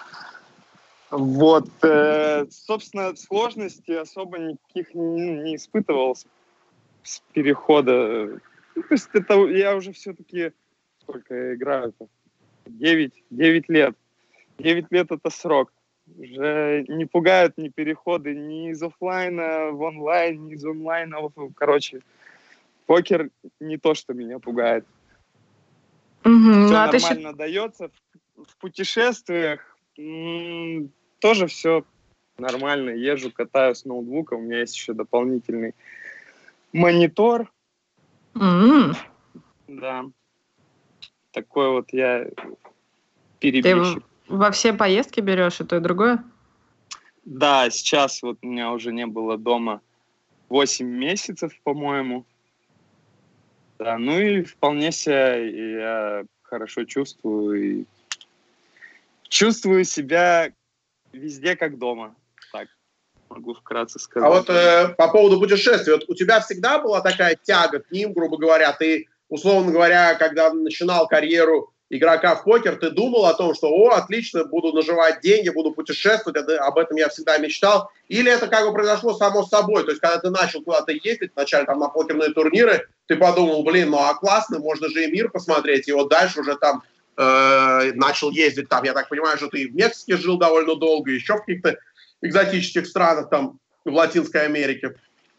Вот, э, собственно, сложностей особо никаких не, не испытывал с, с перехода. Ну, то есть это я уже все-таки сколько я играю-то? девять, девять лет. девять лет это срок. Уже не пугают ни переходы ни из офлайна в онлайн, ни из онлайна в... Короче, покер не то, что меня пугает. Mm-hmm. Все ну, а нормально ты... дается. В, в путешествиях м- тоже все нормально. Езжу, катаю с ноутбука. У меня есть еще дополнительный монитор. Mm-hmm. Да. Такой вот я перебежчик. Ты во все поездки берешь и то, и другое? Да, сейчас вот у меня уже не было дома восемь месяцев, по-моему. Да, ну и вполне себе я хорошо чувствую. И чувствую себя везде как дома. Так, могу вкратце сказать. А вот э, по поводу путешествий, вот у тебя всегда была такая тяга к ним, грубо говоря, ты, условно говоря, когда начинал карьеру игрока в покер, ты думал о том, что, о, отлично, буду наживать деньги, буду путешествовать, это, об этом я всегда мечтал, или это как бы произошло само собой, то есть когда ты начал куда-то ездить, вначале там на покерные турниры, ты подумал, блин, ну а классно, можно же и мир посмотреть, и вот дальше уже там э, начал ездить, там, я так понимаю, что ты и в Мексике жил довольно долго, еще в каких-то экзотических странах, там, в Латинской Америке.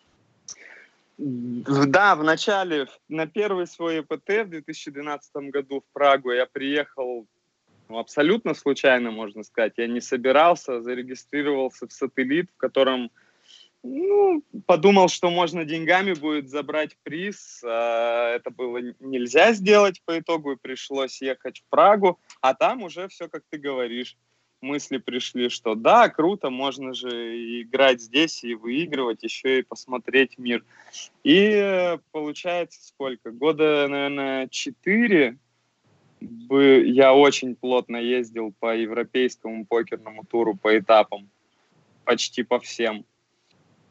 Да, в начале, на первый свой и пэ тэ в две тысячи двенадцатом году в Прагу я приехал ну, абсолютно случайно, можно сказать. Я не собирался, зарегистрировался в сателлит, в котором ну, подумал, что можно деньгами будет забрать приз. Это было нельзя сделать по итогу, и пришлось ехать в Прагу, а там уже все, как ты говоришь. Мысли пришли, что да, круто, можно же играть здесь и выигрывать, еще и посмотреть мир. И получается сколько? Года, наверное, четыре я очень плотно ездил по европейскому покерному туру, по этапам, почти по всем.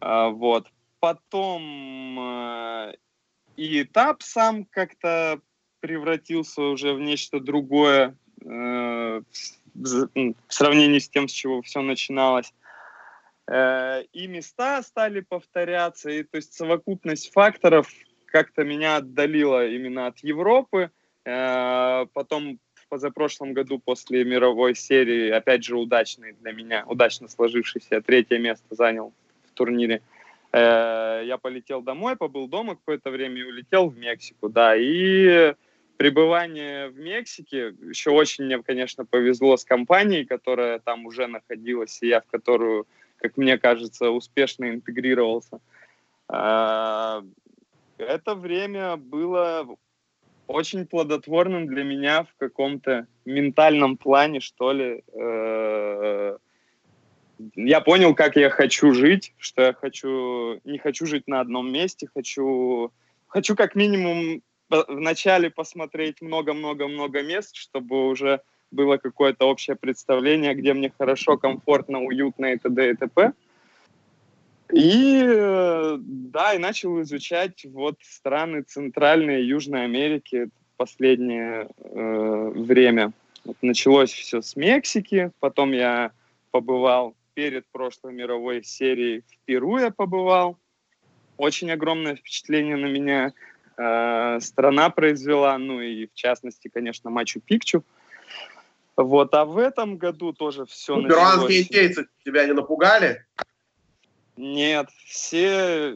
Вот. Потом и этап сам как-то превратился уже в нечто другое э, в, в сравнении с тем, с чего все начиналось. Э, и места стали повторяться, и то есть совокупность факторов как-то меня отдалила именно от Европы. Э, потом в позапрошлом году после мировой серии, опять же удачной для меня, удачно сложившейся, третье место занял в турнире. Э, я полетел домой, побыл дома какое-то время и улетел в Мексику, да, и пребывание в Мексике, еще очень мне, конечно, повезло с компанией, которая там уже находилась, и я в которую, как мне кажется, успешно интегрировался. Э, это время было очень плодотворным для меня в каком-то ментальном плане, что ли. Э, Я понял, как я хочу жить, что я хочу, не хочу жить на одном месте, хочу, хочу как минимум вначале посмотреть много-много-много мест, чтобы уже было какое-то общее представление, где мне хорошо, комфортно, уютно и т.д. и т.п. И да, и начал изучать вот страны Центральной и Южной Америки в последнее э, время. Вот началось все с Мексики, потом я побывал перед прошлой мировой серией в Перу, я побывал. Очень огромное впечатление на меня э, страна произвела, ну и в частности, конечно, Мачу-Пикчу. Вот, а в этом году тоже все ну, началось. Перуанские индейцы тебя не напугали? Нет, все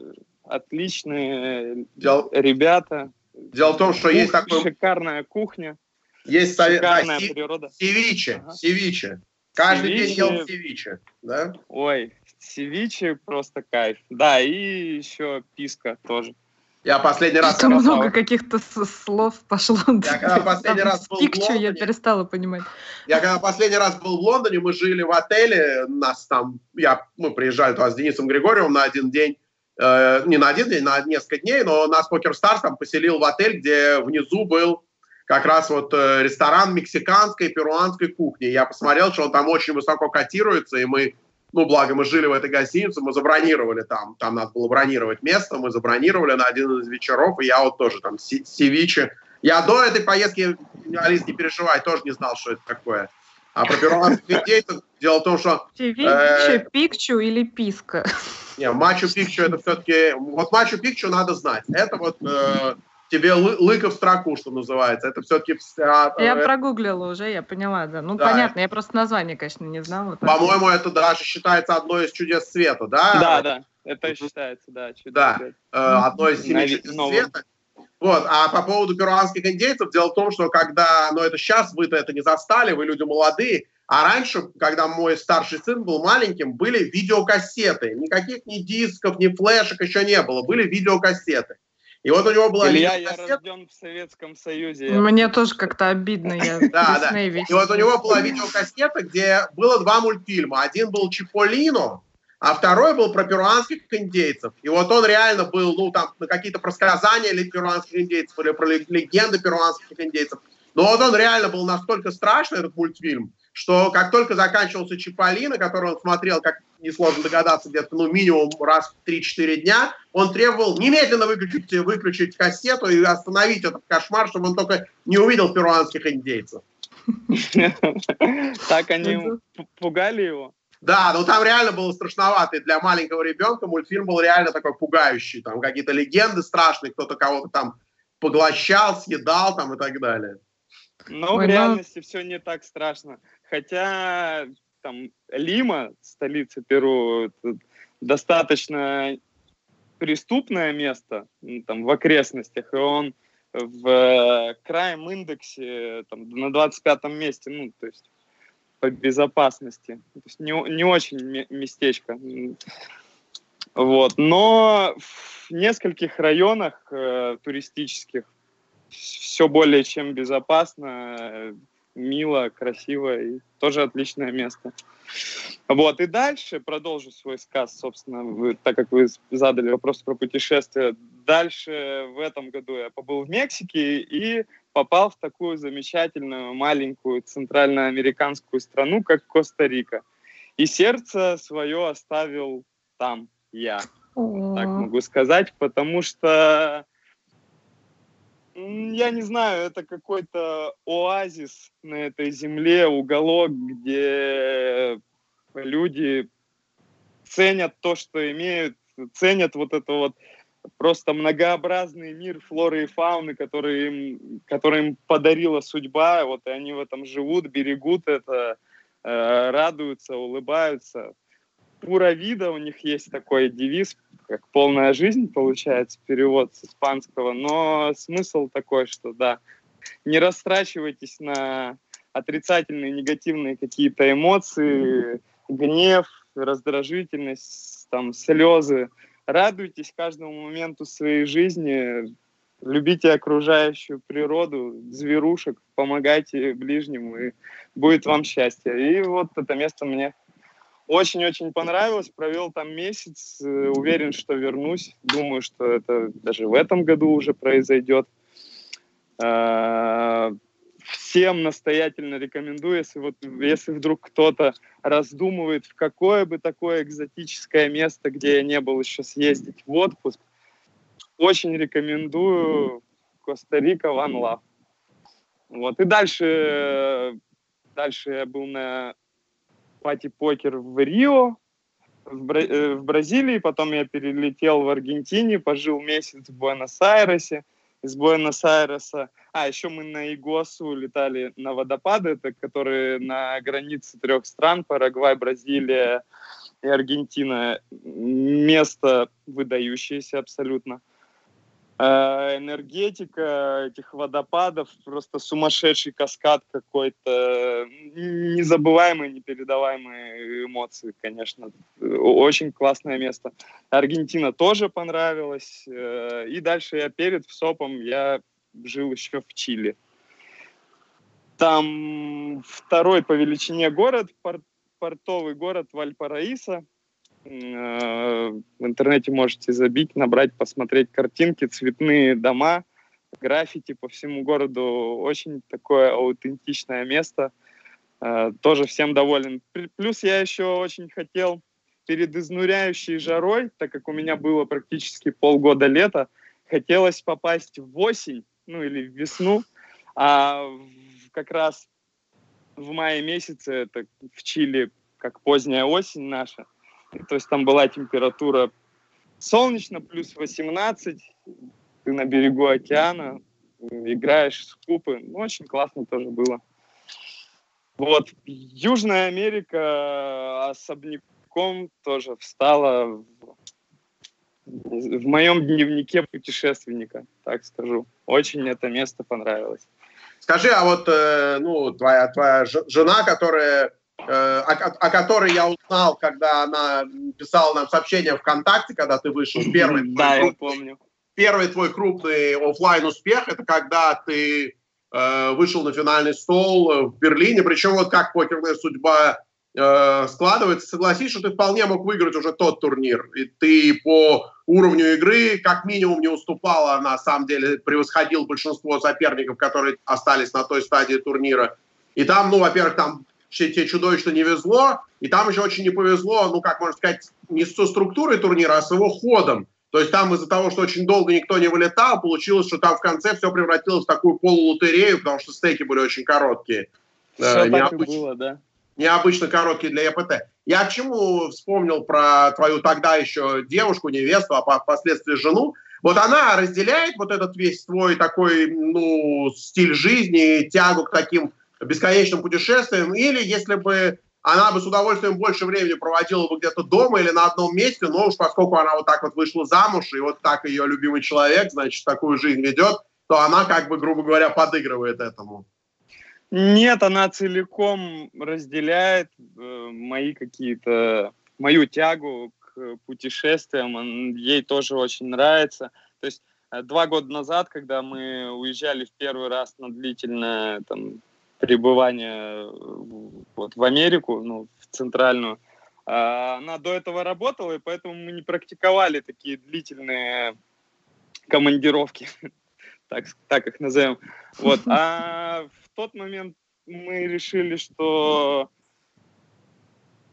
отличные Дел... ребята. Дело в том, что Кух... есть такой... Шикарная кухня. Есть совет... Шикарная да, си... природа. Севиче, Ага. севиче. Каждый Севиче... день ел севиче, да? Ой, севиче просто кайф. Да, и еще писка тоже. Я последний раз... Что много каких-то слов пошло. Я когда последний Там, раз был пикчу, в Лондоне... я перестала понимать. Я когда последний раз был в Лондоне, мы жили в отеле, нас там... Я, мы приезжали туда с Денисом Григорьевым на один день, э, не на один день, на несколько дней, но нас PokerStars там поселил в отель, где внизу был как раз вот э, ресторан мексиканской и перуанской кухни. Я посмотрел, что он там очень высоко котируется, и мы... Ну, благо, мы жили в этой гостинице, мы забронировали там, там надо было бронировать место, мы забронировали на один из вечеров, и я вот тоже там севиче. Я до этой поездки, Алис, не переживай, тоже не знал, что это такое. А про перуанских индейцев, дело в том, что... Севиче, э, пикчу или писка? Не, Мачу-Пикчу это все-таки... Вот Мачу-Пикчу надо знать. Это вот... Э, тебе лы- лыка в строку, что называется. Это все-таки... Вся, я э, прогуглила уже, я поняла, да. Ну, да, понятно, я просто название, конечно, не знала. По-моему, это даже считается одной из чудес света, да? Да, да, это mm-hmm. считается, да. Чудес да, света. э, одно из семи чудес света. Вот, а по поводу перуанских индейцев, дело в том, что когда... Ну, это сейчас вы-то это не застали, вы люди молодые, а раньше, когда мой старший сын был маленьким, были видеокассеты. Никаких ни дисков, ни флешек еще не было, были видеокассеты. И вот у него была Илья, я рожден в Советском Союзе. Мне тоже как-то обидно. Я да, да. И вот у него была видеокассета, где было два мультфильма. Один был Чиполлино, а второй был про перуанских индейцев. И вот он реально был, ну, там, на какие-то просказания или перуанских индейцев, или про легенды перуанских индейцев. Но вот он реально был настолько страшный, этот мультфильм, что как только заканчивался Чиполлино, который он смотрел, как несложно догадаться, где-то ну, минимум раз в три-четыре дня, он требовал немедленно выключить, выключить кассету и остановить этот кошмар, чтобы он только не увидел перуанских индейцев. Так они пугали его? Да, ну там реально было страшновато. И для маленького ребенка мультфильм был реально такой пугающий. Там какие-то легенды страшные, кто-то кого-то там поглощал, съедал там и так далее. Но Ой, в реальности но... все не так страшно. Хотя там Лима, столица Перу, достаточно преступное место там, в окрестностях, и он в крайм-индексе там, на двадцать пятом месте, ну, то есть по безопасности. То есть не, не очень местечко. Вот. Но в нескольких районах э, туристических все более чем безопасно, мило, красиво и тоже отличное место. Вот, и дальше продолжу свой сказ, собственно, вы, так как вы задали вопрос про путешествия. Дальше в этом году я побыл в Мексике и попал в такую замечательную маленькую центральноамериканскую страну, как Коста-Рика. И сердце свое оставил там я, так могу сказать, потому что Я не знаю, это какой-то оазис на этой земле, уголок, где люди ценят то, что имеют, ценят вот это вот просто многообразный мир флоры и фауны, который им, который им подарила судьба. Вот и они в этом живут, берегут это, э, радуются, улыбаются. Пура вида у них есть такой девиз, как полная жизнь, получается, перевод с испанского. Но смысл такой, что да, не растрачивайтесь на отрицательные, негативные какие-то эмоции, гнев, раздражительность, там, слезы. Радуйтесь каждому моменту своей жизни, любите окружающую природу, зверушек, помогайте ближнему, и будет вам счастье. И вот это место мне очень-очень понравилось. Провел там месяц, уверен, что вернусь. Думаю, что это даже в этом году уже произойдет. Всем настоятельно рекомендую, если, вот, если вдруг кто-то раздумывает, в какое бы такое экзотическое место, где я не был еще, съездить в отпуск, очень рекомендую Коста-Рика, One Love. Вот. И дальше, дальше я был на пати-покер в Рио, в, Бра- в Бразилии, потом я перелетел в Аргентине, пожил месяц в Буэнос-Айресе. Из Буэнос-Айреса. А, еще мы на Игуасу летали на водопады, это, которые на границе трех стран, Парагвай, Бразилия и Аргентина. Место выдающееся абсолютно. Э, энергетика этих водопадов, просто сумасшедший каскад какой-то, незабываемые, непередаваемые эмоции, конечно. Очень классное место. Аргентина тоже понравилась. И дальше я перед ВСОПом я жил еще в Чили. Там второй по величине город, порт, портовый город Вальпараисо. В интернете можете забить, набрать, посмотреть картинки, цветные дома, граффити по всему городу. Очень такое аутентичное место. Тоже всем доволен. Плюс я еще очень хотел перед изнуряющей жарой, так как у меня было практически полгода лета, хотелось попасть в осень, ну или в весну, а как раз в мае месяце, это в Чили, как поздняя осень наша, то есть там была температура солнечно, плюс восемнадцать, ты на берегу океана, играешь с купы, ну, очень классно тоже было. Вот, Южная Америка особняком тоже встала в, в моем дневнике путешественника, так скажу. Очень это место понравилось. Скажи, а вот э, ну, твоя, твоя жена, которая, э, о, о которой я узнал, когда она писала нам сообщение ВКонтакте, когда ты вышел, первый, да, твой, я помню. Первый твой крупный офлайн успех, это когда ты э, вышел на финальный стол в Берлине, причем вот как покерная судьба э, складывается, согласись, что ты вполне мог выиграть уже тот турнир, и ты по уровню игры как минимум не уступал, а на самом деле превосходил большинство соперников, которые остались на той стадии турнира. И там, ну, во-первых, там тебе чудовищно не везло, и там еще очень не повезло, ну, как можно сказать, не со структурой турнира, а с его ходом. То есть там из-за того, что очень долго никто не вылетал, получилось, что там в конце все превратилось в такую полулотерею, потому что стейки были очень короткие. Все э, так необыч... и было, да. Необычно короткие для ЕПТ. Я к чему вспомнил про твою тогда еще девушку, невесту, а впоследствии жену. Вот она разделяет вот этот весь твой такой, ну, стиль жизни, тягу к таким бесконечным путешествиям, или если бы она бы с удовольствием больше времени проводила бы где-то дома или на одном месте, но уж поскольку она вот так вот вышла замуж, и вот так ее любимый человек, значит, такую жизнь ведет, то она, как бы, грубо говоря, подыгрывает этому. Нет, она целиком разделяет э, мои какие-то, мою тягу к путешествиям, ей тоже очень нравится. То есть э, два года назад, когда мы уезжали в первый раз на длительное там пребывание вот, в Америку, ну, в центральную, она до этого работала, и поэтому мы не практиковали такие длительные командировки, так, так их назовем. Вот. А в тот момент мы решили, что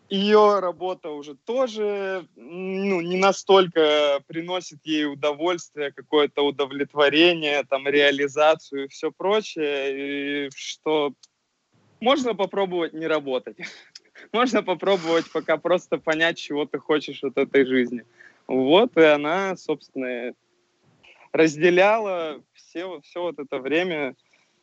ее работа уже тоже ну, не настолько приносит ей удовольствие, какое-то удовлетворение, там, реализацию и все прочее, и что можно попробовать не работать. Можно попробовать пока просто понять, чего ты хочешь от этой жизни. Вот, и она, собственно, разделяла все, все вот это время.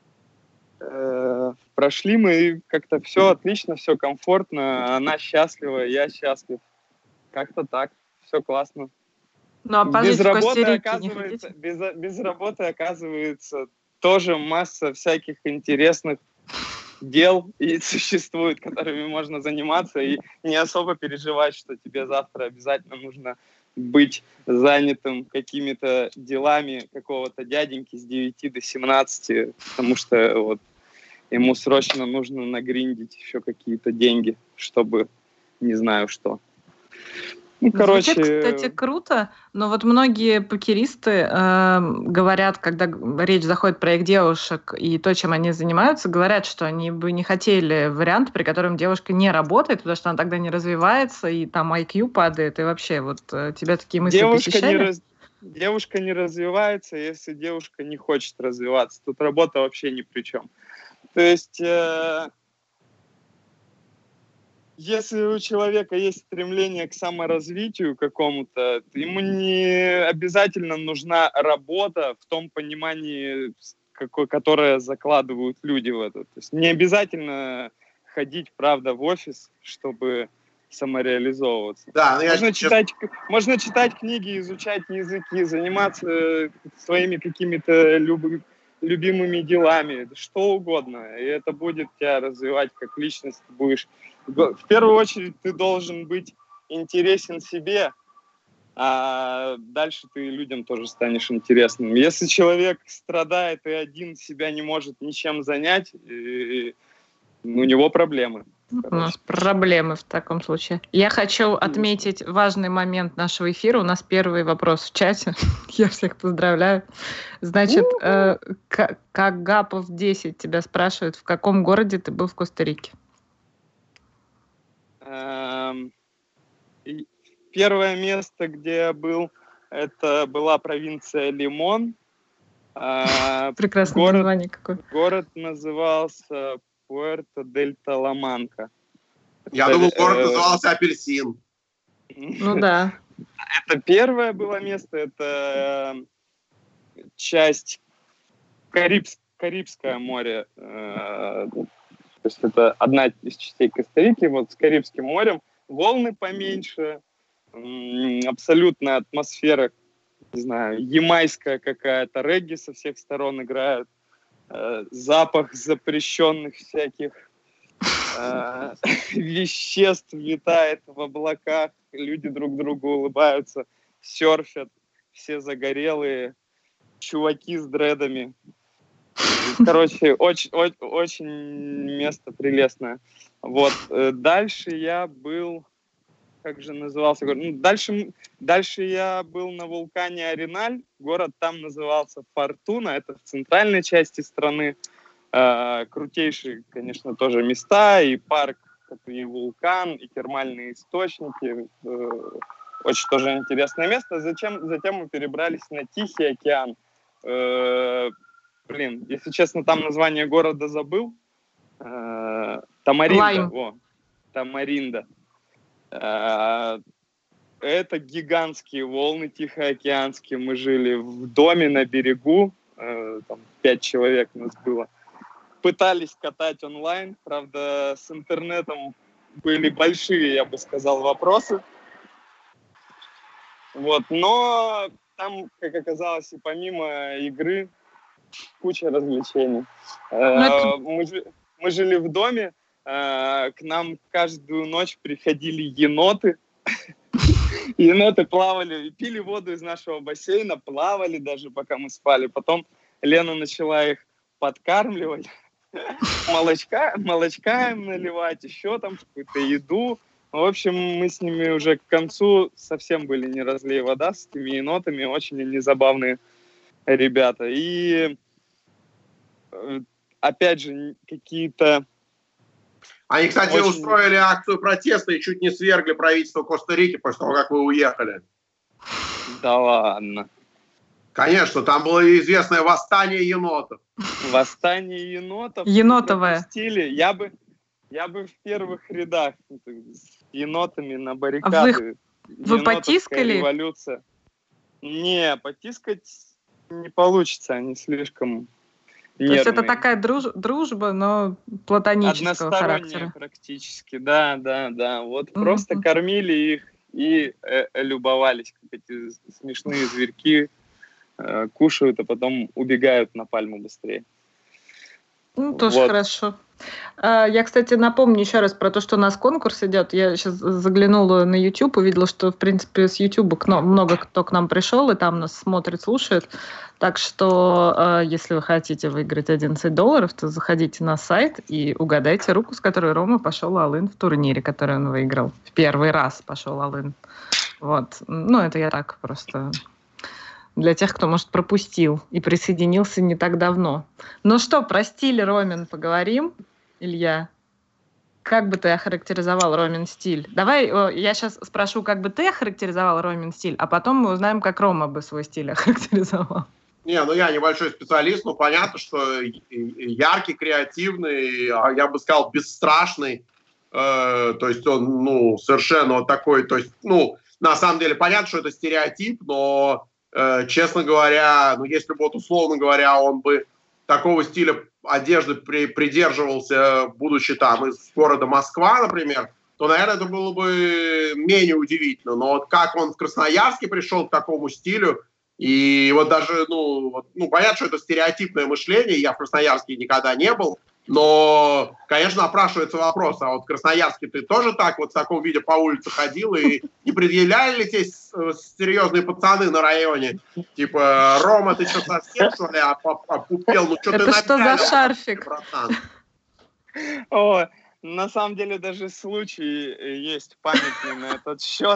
Э, прошли мы, как-то все отлично, все комфортно. Она счастлива, я счастлив. Как-то так, все классно. Ну, а пожить Без в работы, Коста-Рике не оказывается, хотите? без, без работы, оказывается, тоже масса всяких интересных дел и существует, которыми можно заниматься, и не особо переживать, что тебе завтра обязательно нужно быть занятым какими-то делами какого-то дяденьки с девяти до семнадцати, потому что вот ему срочно нужно нагриндить еще какие-то деньги, чтобы не знаю что. Ну, короче... Звучит, кстати, круто, но вот многие покеристы э, говорят, когда речь заходит про их девушек и то, чем они занимаются, говорят, что они бы не хотели вариант, при котором девушка не работает, потому что она тогда не развивается, и там ай кью падает, и вообще вот э, тебя такие мысли девушка посещали? Не раз... Девушка не развивается, если девушка не хочет развиваться. Тут работа вообще ни при чем. То есть... Э... Если у человека есть стремление к саморазвитию какому-то, ему не обязательно нужна работа в том понимании, какое, которое закладывают люди в это. То есть не обязательно ходить, правда, в офис, чтобы самореализовываться. Да, ну я можно, сейчас... читать, можно читать книги, изучать языки, заниматься своими какими-то люб... любимыми делами, что угодно. И это будет тебя развивать как личность. Ты будешь... В первую очередь ты должен быть интересен себе, а дальше ты людям тоже станешь интересным. Если человек страдает и один себя не может ничем занять, и... у него проблемы. У нас проблемы в таком случае. Я хочу отметить важный момент нашего эфира. У нас первый вопрос в чате. Я всех поздравляю. Значит, э, Кагапов десять тебя спрашивает, в каком городе ты был в Коста-Рике? Первое место, где я был, это была провинция Лимон. Прекрасное название какое. Город назывался Пуэрто-дель-Таламанка. Я это, думал, город э... назывался Апельсин. Ну да. Это первое было место, это часть Карибс... Карибское море. То есть это одна из частей Коста-Рики, вот с Карибским морем. Волны поменьше, абсолютная атмосфера, не знаю, ямайская какая-то, регги со всех сторон играют. Запах запрещенных всяких э, веществ витает в облаках, люди друг другу улыбаются, серфят, все загорелые, чуваки с дредами. Короче, очень, очень, очень место прелестное. Вот. Дальше я был, как же назывался город? Ну, дальше, дальше я был на вулкане Ареналь. Город там назывался Фортуна. Это в центральной части страны. Э, крутейшие, конечно, тоже места. И парк, и вулкан, и термальные источники. Э, очень тоже интересное место. Затем, затем мы перебрались на Тихий океан. Э, блин, если честно, там название города забыл. Э, Тамаринда. Во, Тамаринда. Это гигантские волны тихоокеанские. Мы жили в доме на берегу. Там пять человек у нас было. Пытались катать онлайн. Правда, с интернетом были большие, я бы сказал, вопросы. Вот. Но там, как оказалось, и помимо игры, куча развлечений. Это... Мы, мы жили в доме. К нам каждую ночь приходили еноты. Еноты плавали, пили воду из нашего бассейна, плавали даже, пока мы спали. Потом Лена начала их подкармливать, молочка, молочка им наливать, еще там какую-то еду. В общем, мы с ними уже к концу совсем были не разлей вода с этими енотами. Очень они забавные ребята. И опять же, какие-то Они, кстати, Очень... устроили акцию протеста и чуть не свергли правительство Коста-Рики после того, как вы уехали. Да ладно. Конечно, там было известное восстание енотов. Восстание енотов. Енотовое. Я бы, я бы в первых рядах с енотами на баррикады. А вы, вы потискали? Революция. Не, потискать не получится, они слишком нервные. То есть это такая друж, дружба, но платонического характера. Односторонняя практически, да, да, да. Вот mm-hmm. просто кормили их и э, любовались, как эти смешные зверьки э, кушают, а потом убегают на пальму быстрее. Ну, тоже вот. Хорошо. Я, кстати, напомню еще раз про то, что у нас конкурс идет. Я сейчас заглянула на YouTube, увидела, что, в принципе, с YouTube много кто к нам пришел, и там нас смотрит, слушает. Так что, если вы хотите выиграть одиннадцать долларов, то заходите на сайт и угадайте руку, с которой Рома пошел all-in в турнире, который он выиграл. В первый раз пошел all-in. Вот. Ну, это я так просто... Для тех, кто, может, пропустил и присоединился не так давно. Ну что, про стиль Ромин поговорим, Илья? Как бы ты охарактеризовал Ромин стиль? Давай я сейчас спрошу, как бы ты охарактеризовал Ромин стиль, а потом мы узнаем, как Рома бы свой стиль охарактеризовал. Не, ну я небольшой специалист, но понятно, что яркий, креативный, я бы сказал, бесстрашный. Э, то есть он, ну, совершенно вот такой, то есть, ну, на самом деле понятно, что это стереотип, но... Честно говоря, ну если бы вот условно говоря, он бы такого стиля одежды при, придерживался, будучи там из города Москва, например, то, наверное, это было бы менее удивительно. Но вот как он в Красноярске пришел к такому стилю, и вот даже, ну, вот, ну понятно, что это стереотипное мышление, я в Красноярске никогда не был, но, конечно, напрашивается вопрос, а вот в Красноярске ты тоже так вот в таком виде по улице ходил, и не предъявляли ли тебе серьезные пацаны на районе? Типа, Рома, ты что, совсем, что ли, опупел? Ну, что ты это что за шарфик? Братан? О, на самом деле даже случай есть памятный на этот счет.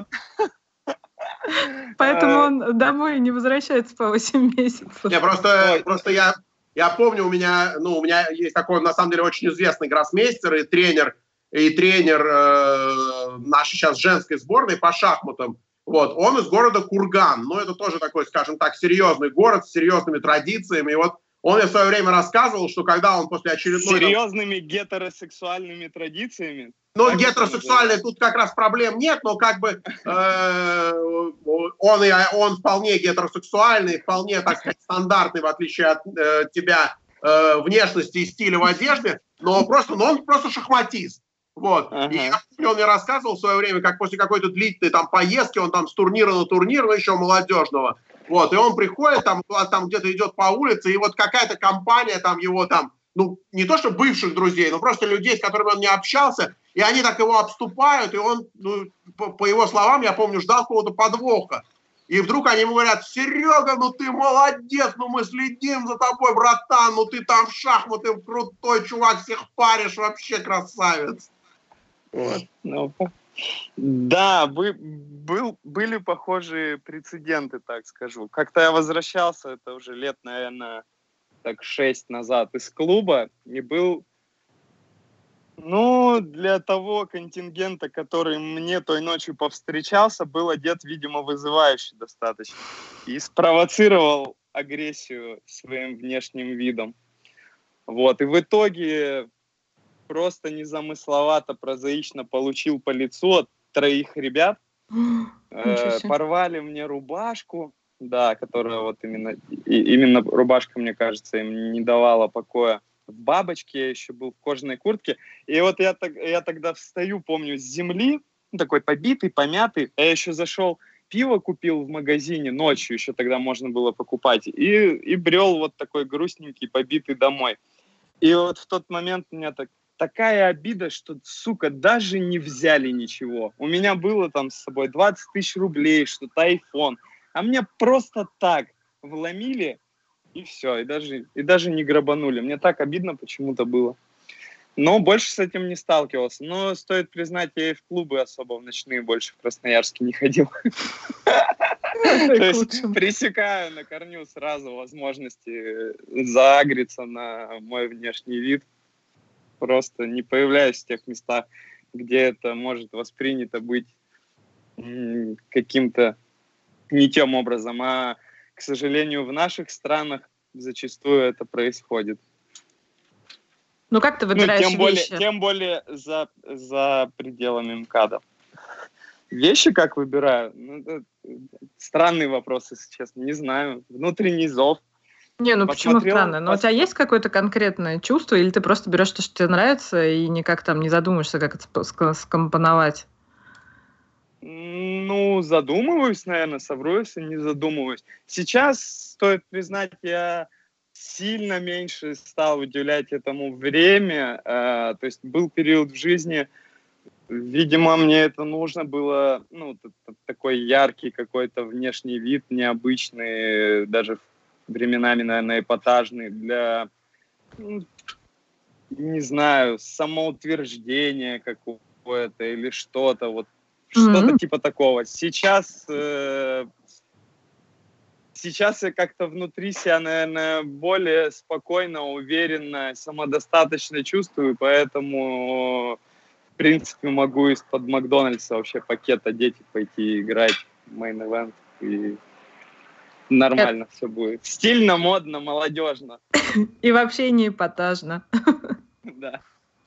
Поэтому он домой не возвращается по восемь месяцев. Не, просто, просто я... Я помню, у меня, ну, у меня есть такой, на самом деле, очень известный гроссмейстер и тренер, и тренер э, нашей сейчас женской сборной по шахматам. Вот, он из города Курган. Ну, это тоже такой, скажем так, серьезный город с серьезными традициями. И вот он мне в свое время рассказывал, что когда он после очередной... Серьезными гетеросексуальными традициями? Ну, гетеросексуальные тут как раз проблем нет, но как бы э, он, и, он вполне гетеросексуальный, вполне, так сказать, стандартный, в отличие от э, тебя, э, внешности и стиля в одежде, но просто, но он просто шахматист. Вот. Ага. И я помню, он мне рассказывал в свое время, как после какой-то длительной там поездки, он там с турнира на турнир, ну, еще молодежного, вот, и он приходит, там, там где-то идет по улице, и вот какая-то компания там его там, ну, не то что бывших друзей, но просто людей, с которыми он не общался, и они так его обступают, и он, ну, по, по его словам, я помню, ждал какого-то подвоха. И вдруг они ему говорят: Серега, ну ты молодец, ну мы следим за тобой, братан, ну ты там в шахматы крутой чувак, всех паришь, вообще красавец. Вот. Ну, да, вы, был, были похожие прецеденты, так скажу. Как-то я возвращался, это уже лет, наверное, так шесть назад из клуба, и был, ну, для того контингента, который мне той ночью повстречался, был одет, видимо, вызывающе достаточно. И спровоцировал агрессию своим внешним видом. Вот, и в итоге просто незамысловато, прозаично получил по лицу от троих ребят. Э, порвали мне рубашку, да, которая вот именно, и, именно рубашка, мне кажется, им не давала покоя. В бабочке я еще был, в кожаной куртке. И вот я, я тогда встаю, помню, с земли, ну, такой побитый, помятый. Я еще зашел, пиво купил в магазине ночью, еще тогда можно было покупать. И, и брел вот такой грустненький, побитый домой. И вот в тот момент у меня так, такая обида, что, сука, даже не взяли ничего. У меня было там с собой двадцать тысяч рублей, что-то айфон. А мне просто так вломили, и все, и даже, и даже не грабанули. Мне так обидно почему-то было. Но больше с этим не сталкивался. Но стоит признать, я и в клубы особо в ночные больше в Красноярске не ходил. То есть пресекаю на корню сразу возможности заагриться на мой внешний вид. просто не появляюсь в тех местах, где это может воспринято быть м, каким-то не тем образом, а, к сожалению, в наших странах зачастую это происходит. Ну, как ты выбираешь ну, тем более, вещи? Тем более за, за пределами МКАДа. Вещи как выбираю? Ну, это странный вопрос, если честно. Не знаю. Внутренний зов. Не, ну почему Посмотрел, странно? Но пос- у тебя есть какое-то конкретное чувство, или ты просто берешь то, что тебе нравится, и никак там не задумаешься, как это ск- скомпоновать? Ну, задумываюсь, наверное, совру, если не задумываюсь. Сейчас, стоит признать, я сильно меньше стал уделять этому время. Э, то есть был период в жизни, видимо, мне это нужно было, ну, т- т- такой яркий какой-то внешний вид, необычный, даже временами, наверное, эпатажный, для, ну, не знаю, самоутверждения какого-то или что-то, вот что-то Мгм. типа такого. Сейчас, э, сейчас я как-то внутри себя, наверное, более спокойно, уверенно, самодостаточно чувствую, поэтому, в принципе, могу из-под Макдональдса вообще пакет одеть и пойти играть в мейн-эвент, и нормально все будет. Стильно, модно, молодежно. И вообще не эпатажно. Да.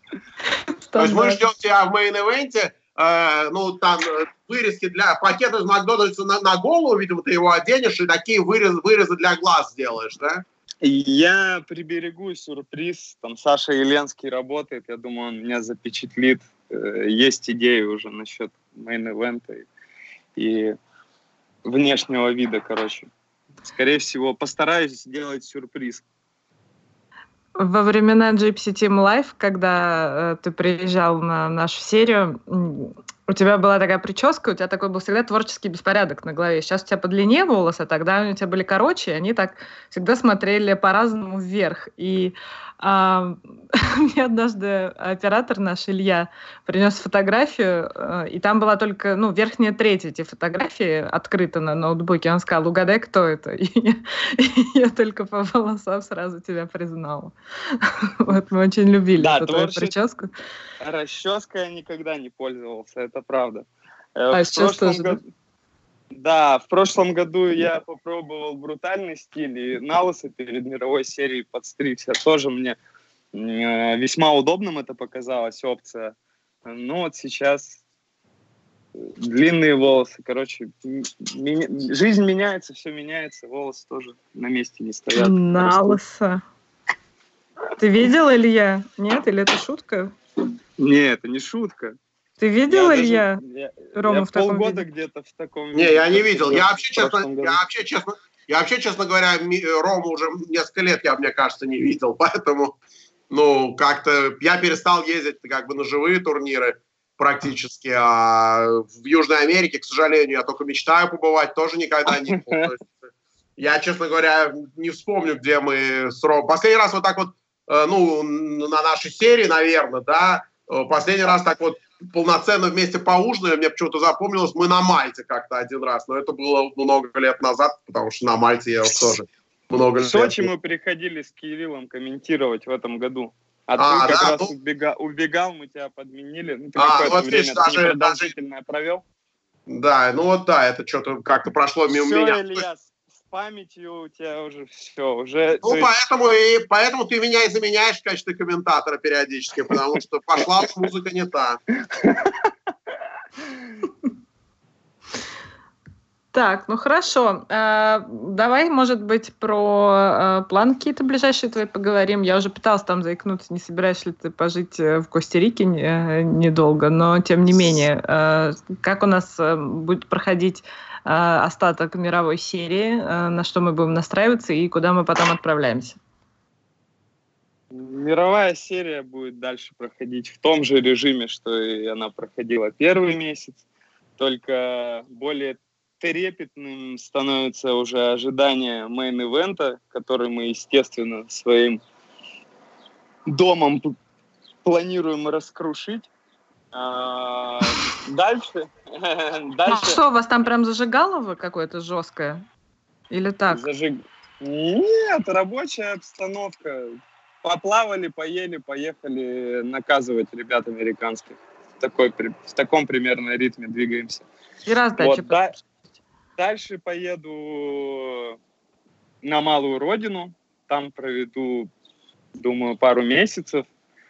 То есть мы Стандарт. ждем тебя в мейн-эвенте, э, ну, там э, вырезки для пакета из Макдональдса на, на голову, видимо, ты его оденешь и такие вырезы, вырезы для глаз сделаешь, да? Я приберегу сюрприз. Там Саша Еленский работает. Я думаю, он меня запечатлит. Э, Есть идеи уже насчет мейн-эвента и, и внешнего вида, короче. Скорее всего, постараюсь сделать сюрприз. Во времена Gypsy Team Live, когда э, ты приезжал на нашу серию, м, у тебя была такая прическа, у тебя такой был всегда творческий беспорядок на голове. Сейчас у тебя подлиннее волосы, а тогда они у тебя были короче, и они так всегда смотрели по-разному вверх. И а, мне однажды оператор наш, Илья, принес фотографию, э, и там была только, ну, верхняя треть эти фотографии открыта на ноутбуке. Он сказал: угадай, кто это. И я, и я только по волосам сразу тебя признала. Вот мы очень любили Да, эту твою творче- прическу. Расческой я никогда не пользовался, это правда. Э, А в сейчас прошлом тоже, да? году- Да, в прошлом году я попробовал брутальный стиль и на лысо перед мировой серией подстригся. Тоже мне э, весьма удобным это показалась опция. Ну вот сейчас э, длинные волосы. Короче, м- ми- жизнь меняется, все меняется, волосы тоже на месте не стоят. На растут. лысо. Ты видел, Илья? Нет? Или это шутка? Не, это не шутка. Ты Я видел, даже- Илья? я- Рома я в таком полгода виде? где-то в таком Не, виде я не видел. Я проходил вообще, в честно, прошлом году. я вообще, честно, я вообще, честно говоря, ми- Рому уже несколько лет, я, мне кажется, не видел. Поэтому, ну, как-то я перестал ездить как бы на живые турниры практически. А в Южной Америке, к сожалению, я только мечтаю побывать, тоже никогда не был. То есть, я, честно говоря, не вспомню, где мы с Ромой. Последний раз вот так вот, э, ну, на нашей серии, наверное, да, э, последний раз так вот полноценно вместе поужинали, мне почему-то запомнилось, мы на Мальте как-то один раз, но это было много лет назад, потому что на Мальте я тоже много В лет. Сочи мы приходили с Кириллом комментировать в этом году. А, А, ты как да, раз ну- убега- убегал, мы тебя подменили. Ну, ты А, какое-то ну вот время видишь, ты даже- непродолжительное провел. Да, ну вот да, это что-то как-то прошло мимо Все, меня. Илья, с, с памятью у тебя уже все. Уже, Ну, то есть- поэтому, и, поэтому ты меня и заменяешь в качестве комментатора периодически, потому что пошла музыка не та. Так, ну хорошо. А, давай, может быть, про а, планы какие-то ближайшие твои поговорим. Я уже пыталась там заикнуться, не собираешься ли ты пожить э, в Коста-Рике не- э, недолго, но тем не менее, а, как у нас э, будет проходить а, остаток мировой серии, а, на что мы будем настраиваться и куда мы потом отправляемся? Мировая серия будет дальше проходить в том же режиме, что и она проходила первый месяц, только более трепетным становится уже ожидание мейн-ивента, который мы, естественно, своим домом п- планируем раскрушить. А, Дальше, Ну дальше что, у вас там прям зажигалово какое-то жесткое? Или так? зажиг... Нет, рабочая обстановка. поплавали, поели, поехали наказывать ребят американских. В, такой, в таком примерно ритме двигаемся. И раздача. Вот, да, дальше поеду на малую родину. Там проведу, думаю, пару месяцев.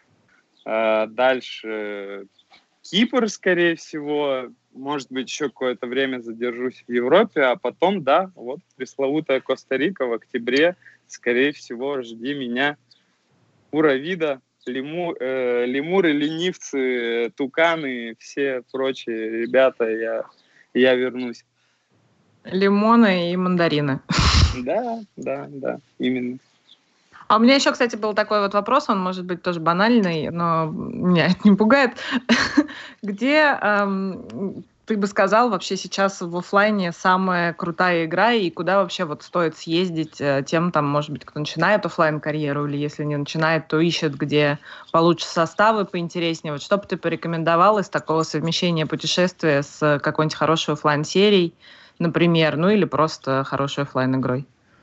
Дальше Кипр, скорее всего. Может быть, еще какое-то время задержусь в Европе. А потом, да, вот пресловутая Коста-Рика в октябре. Скорее всего, жди меня. Пура вида, лему, э, лемуры, ленивцы, туканы, все прочие ребята, я, я вернусь. Лимоны и мандарины. Да, да, да, именно. А у меня еще, кстати, был такой вот вопрос, он может быть тоже банальный, но меня это не пугает. Где эм, ты бы сказал вообще сейчас в офлайне самая крутая игра и куда вообще вот стоит съездить э, тем, там, может быть, кто начинает офлайн-карьеру или если не начинает, то ищет, где получше составы, поинтереснее. Вот что бы ты порекомендовал из такого совмещения путешествия с какой-нибудь хорошей офлайн-серией, например, ну или просто хорошей офлайн-игрой?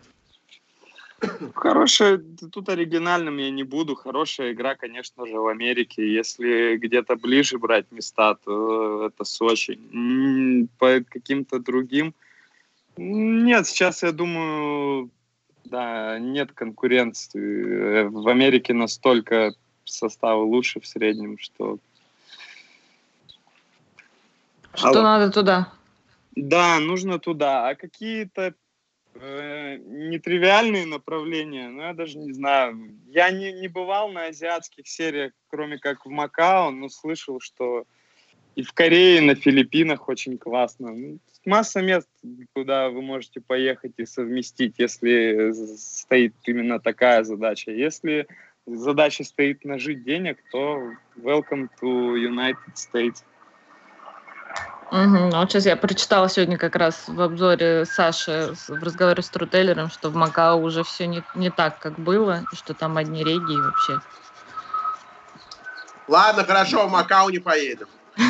Хорошая, тут оригинальным я не буду. Хорошая игра, конечно же, в Америке. Если где-то ближе брать места, то это Сочи. По каким-то другим... Нет, сейчас, я думаю, да, нет конкуренции. В Америке настолько составы лучше в среднем, что... Что Алло. надо туда? Да, нужно туда. А какие-то нетривиальные направления, ну, я даже не знаю. Я не, не бывал на азиатских сериях, кроме как в Макао, но слышал, что и в Корее, и на Филиппинах очень классно. Масса мест, куда вы можете поехать и совместить, если стоит именно такая задача. Если задача стоит нажить денег, то welcome to United States. Угу. Вот сейчас я прочитала сегодня как раз в обзоре Саши в разговоре с Трутейлером, что в Макао уже все не, не так, как было, и что там одни регии вообще. Ладно, хорошо, в Макао не поедем.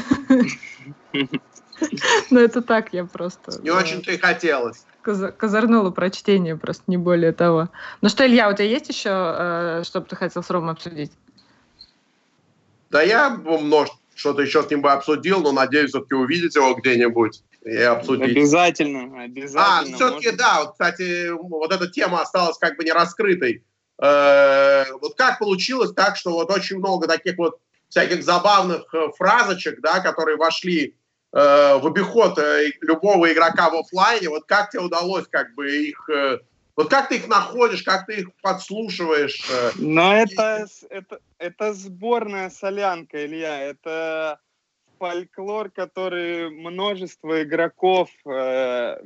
Ну это так, я просто... Не очень-то и хотелось. Козырнула про чтение, просто не более того. Ну что, Илья, у тебя есть еще, что бы ты хотел с Ромой обсудить? Да я множество. Что-то еще с ним бы обсудил, но надеюсь все-таки увидеть его где-нибудь и обсудить. Обязательно, обязательно. А, все-таки, можно... да, вот, кстати, вот эта тема осталась как бы не раскрытой. Э-э- вот как получилось так, что вот очень много таких вот всяких забавных фразочек, да, которые вошли э- в обиход э- любого игрока в офлайне, вот как тебе удалось как бы их... Э- Вот как ты их находишь, как ты их подслушиваешь? Но это, это, это сборная солянка, Илья. Это фольклор, который множество игроков э,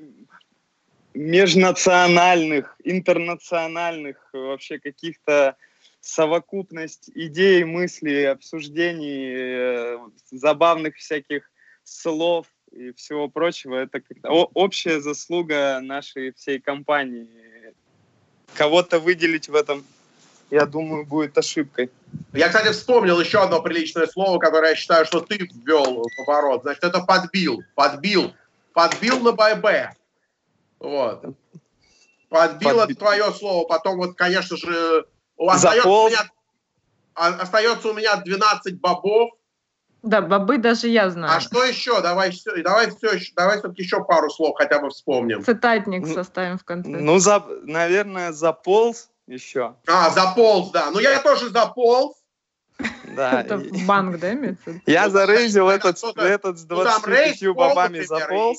межнациональных, интернациональных, вообще каких-то совокупность идей, мыслей, обсуждений, э, забавных всяких слов и всего прочего, это общая заслуга нашей всей компании. Кого-то выделить в этом, я думаю, будет ошибкой. Я, кстати, вспомнил еще одно приличное слово, которое я считаю, что ты ввел в оборот. Значит, это подбил. Подбил. Подбил на ББ. Вот. Подбил, это твое слово. Потом, вот, конечно же, остается у, меня, остается у меня двенадцать бобов. Да, бобы даже я знаю. А что еще? Давай, все, давай, все, давай все-таки еще пару слов хотя бы вспомним. Цитатник составим в конце. Ну, за, наверное, заполз еще. А, заполз, да. Ну, я тоже заполз. Да. Это в банк, да, имеется? Я зарейзил этот с двадцатью пятью бобами заполз.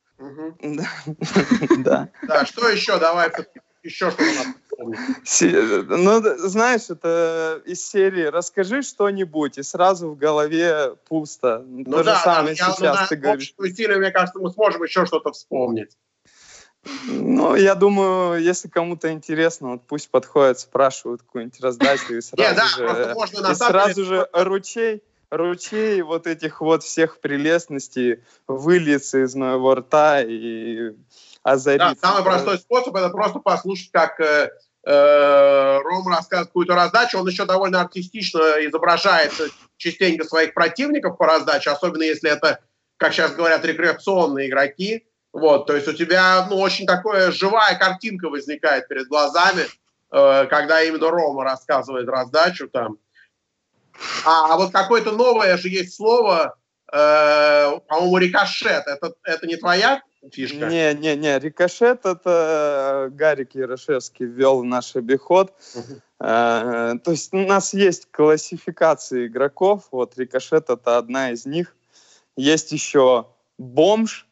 Да. Да, что еще? Давай еще что-то надо вспомнить. Ну, знаешь, это из серии «Расскажи что-нибудь», и сразу в голове пусто. Ну То да, же самое да, сейчас я, ты ну, говоришь. Усилия, мне кажется, мы сможем еще что-то вспомнить. Ну, я думаю, если кому-то интересно, вот пусть подходят, спрашивают какую-нибудь раздачу, и сразу Не, да, же, можно, и сразу же ручей, ручей вот этих вот всех прелестностей выльется из моего рта и озарится. Да, самый простой способ — это просто послушать, как э, э, Рома рассказывает какую-то раздачу. Он еще довольно артистично изображает частенько своих противников по раздаче, особенно если это, как сейчас говорят, рекреационные игроки. Вот, то есть у тебя, ну, очень такая живая картинка возникает перед глазами. э, когда именно Рома рассказывает раздачу там. А, а вот какое-то новое же есть слово, э, по-моему, рикошет. Это, это не твоя фишка? Не, не, не. Рикошет — это Гарик Ярошевский ввел в наш обиход. Uh-huh. Э, то есть у нас есть классификации игроков. Вот рикошет — это одна из них. Есть еще бомж.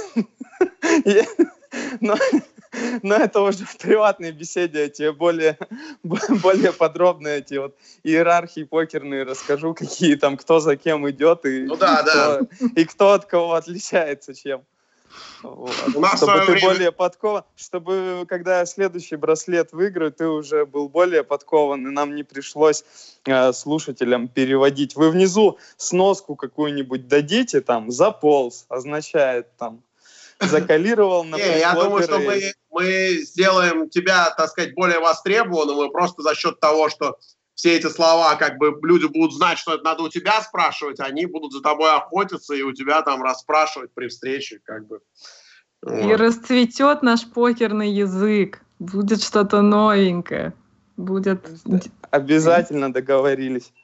Но, но это уже в приватной беседе. Я тебе более, более подробно эти вот иерархии покерные расскажу, какие там, кто за кем идет и, ну, да, кто, да. и кто от кого отличается чем. Вот. У нас чтобы ты время... более подкован, чтобы когда следующий браслет выиграю, ты уже был более подкован, и нам не пришлось э, слушателям переводить. Вы внизу сноску какую-нибудь дадите, там, заполз, означает там, закалировал на Не, я думаю, что мы, мы сделаем тебя, так сказать, более востребованным, и просто за счет того, что все эти слова, как бы, люди будут знать, что это надо у тебя спрашивать, они будут за тобой охотиться и у тебя там расспрашивать при встрече, как бы. Вот. И расцветет наш покерный язык, будет что-то новенькое, будет... Обязательно договорились.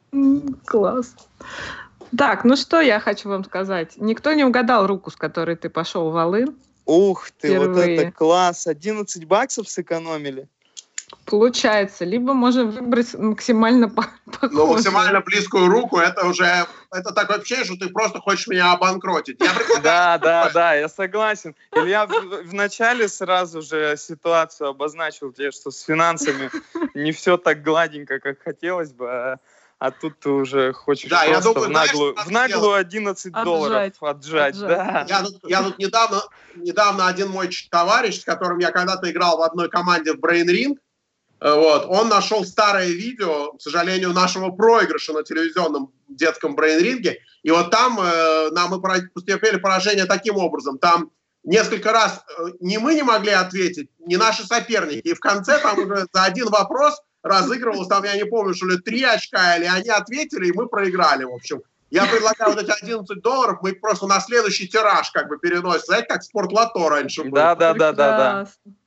Класс. Так, ну что я хочу вам сказать. Никто не угадал руку, с которой ты пошел в Волынь. Ух ты, Впервые. Вот это класс! одиннадцать баксов сэкономили. Получается. Либо можем выбрать максимально похожую. Ну, максимально близкую руку, это уже... Это такое ощущение, что ты просто хочешь меня обанкротить. Да, да, да, я согласен. Илья вначале сразу же ситуацию обозначил тебе, что с финансами не все так гладенько, как хотелось бы, а... А тут ты уже хочешь да, просто я думаю, в наглую, знаешь, в наглую одиннадцать отжать, долларов отжать. отжать. Да. Я, тут, я тут недавно, недавно один мой товарищ, с которым я когда-то играл в одной команде в Brain Ring, вот, он нашел старое видео, к сожалению, нашего проигрыша на телевизионном детском Brain Ring, и вот там э, нам мы потерпели поражение таким образом. Там несколько раз э, ни мы не могли ответить, ни наши соперники, и в конце там уже за один вопрос разыгрывалось, там, я не помню, что ли, три очка, или они ответили, и мы проиграли, в общем. Я предлагаю вот эти одиннадцать долларов, мы просто на следующий тираж как бы переносим. Знаете, как спортлото раньше было. Да, да, да, да, да.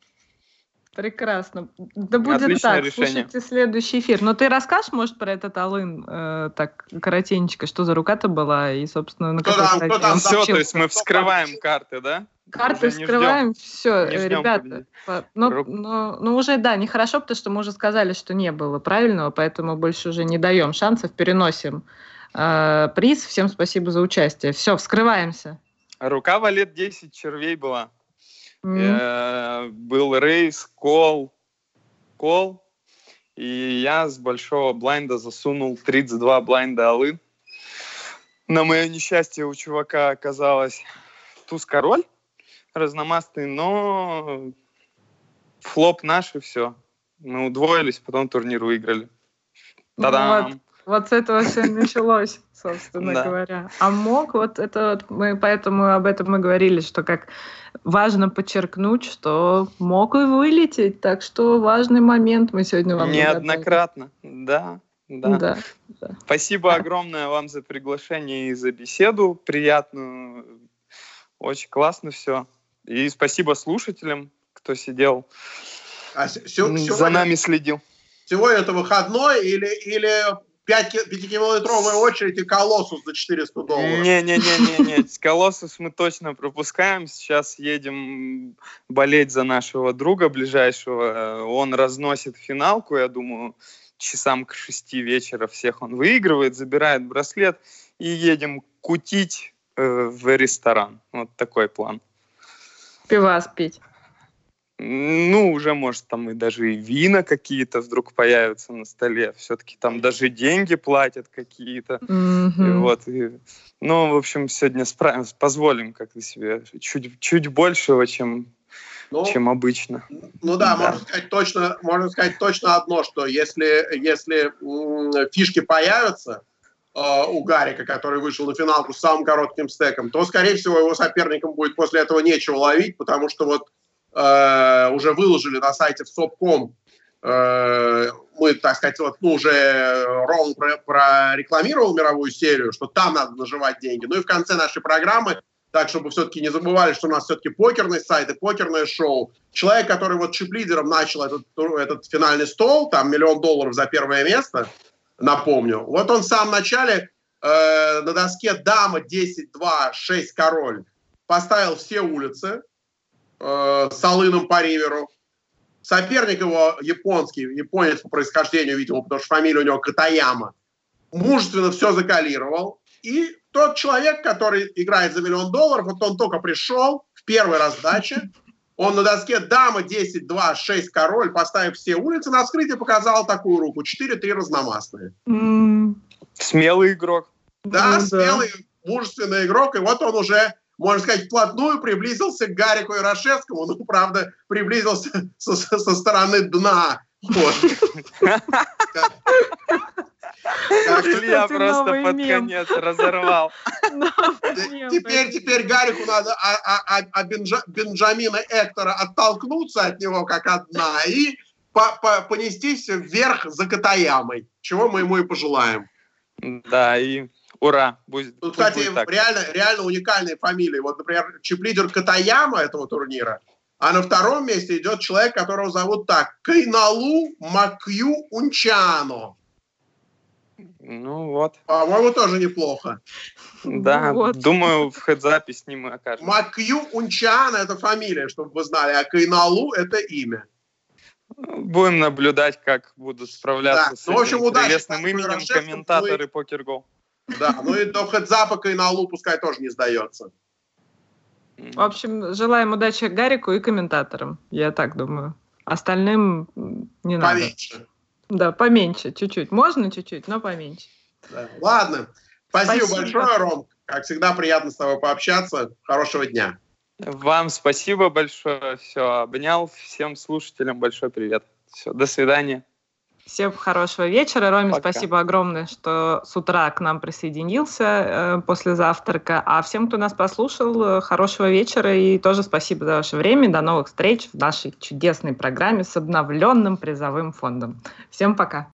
Прекрасно. Да будет Отличное так, решение. Слушайте следующий эфир. Но ты расскажешь, может, про этот Алын э, так коротенько, что за рука-то была, и, собственно, на какой там, стадии там, он Все, случился? то есть мы вскрываем карты, да? Карты Уже не вскрываем, все, не ждем ребята. победить. Но, Рук- но, но уже, да, нехорошо, потому что мы уже сказали, что не было правильного, поэтому больше уже не даем шансов, переносим э, приз. Всем спасибо за участие. Все, вскрываемся. Рука валет десять червей была. М. Э, Был рейс, кол, кол. И я с большого блайнда засунул тридцать два блайнда Алын. На мое несчастье у чувака оказалось туз-король разномастный, но флоп наш, и все. Мы удвоились, потом турнир выиграли. Та-дам! Вот, вот с этого все началось, собственно Да. говоря. А мог, вот это вот мы, поэтому об этом мы говорили, что как важно подчеркнуть, что мог и вылететь, так что важный момент мы сегодня вам Неоднократно, да, да. Да, да. Спасибо огромное вам за приглашение и за беседу приятную. Очень классно все. И спасибо слушателям, кто сидел, А с- сё- м, за сегодня, нами следил. сегодня это выходной или, или пятикилометровая очередь и колоссус за четыреста долларов? Не-не-не-не, Колоссус мы точно пропускаем. Сейчас едем болеть за нашего друга ближайшего. Он разносит финалку, я думаю, часам к шести вечера всех он выигрывает, забирает браслет и едем кутить э, в ресторан. Вот такой план. Пивас пить. Ну, уже, может, там и даже и вина какие-то вдруг появятся на столе. Все-таки там даже деньги платят какие-то. Мгм. И вот, и, ну, в общем, сегодня справимся, позволим как-то себе чуть, чуть большего, чем, Ну, чем обычно. ну да, Да. можно сказать точно, можно сказать точно одно, что если, если м, фишки появятся э, у Гарика, который вышел на финалку с самым коротким стеком, то, скорее всего, его соперникам будет после этого нечего ловить, потому что вот э, уже выложили на сайте в соп точка ком, э, мы, так сказать, вот, ну, уже Ром про- прорекламировал мировую серию, что там надо наживать деньги. Ну и в конце нашей программы так, чтобы все-таки не забывали, что у нас все-таки покерный сайт и покерное шоу. Человек, который вот чип-лидером начал этот, этот финальный стол, там миллион долларов за первое место, напомню, вот он в самом начале э, на доске дама десять два шесть король поставил все улицы э, с алыном по риверу. Соперник его японский, японец по происхождению, видимо, потому что фамилия у него Катаяма, мужественно все закалировал. И тот человек, который играет за миллион долларов, вот он только пришел в первой раздаче, он на доске дама десять два шесть король, поставив все улицы, на вскрытии показал такую руку. четыре три разномастные. Mm. Смелый игрок. Да, Ну, смелый, да. мужественный игрок. И вот он уже, можно сказать, вплотную приблизился к Гарику Ярошевскому. Ну, правда, приблизился со, со стороны дна. Вот. Илья просто под конец разорвал. Теперь, теперь Гарику надо от Бенджамина Эктора оттолкнуться от него как от дна и понестись вверх за Катаямой, чего мы ему и пожелаем. Да, и ура. Будет, Тут, кстати, реально, реально уникальные фамилии. Вот, например, чип-лидер Катаяма этого турнира, а на втором месте идет человек, которого зовут так: Кайналу Макью Унчано. Ну вот. По-моему, тоже неплохо. Да, вот. Думаю, в хедзапе с ним и окажемся. Макью Унчано — это фамилия, чтобы вы знали, а Кайналу — это имя. Будем наблюдать, как будут справляться да. с ну, в общем, этим удачи, прелестным именем комментаторы PokerGo. Да, ну и до хедзапа Кайналу пускай тоже не сдается. В общем, желаем удачи Гарику и комментаторам, я так думаю. Остальным не надо. Поменьше. Да, поменьше, чуть-чуть. Можно чуть-чуть, но поменьше. Да. Ладно. Спасибо, Спасибо большое, Ром. Как всегда, приятно с тобой пообщаться. Хорошего дня. Вам спасибо большое. Все, обнял. Всем слушателям большой привет. Все, до свидания. Всем хорошего вечера. Роме, Пока. Спасибо огромное, что с утра к нам присоединился э, после завтрака. А всем, кто нас послушал, хорошего вечера и тоже спасибо за ваше время. До новых встреч в нашей чудесной программе с обновленным призовым фондом. Всем пока.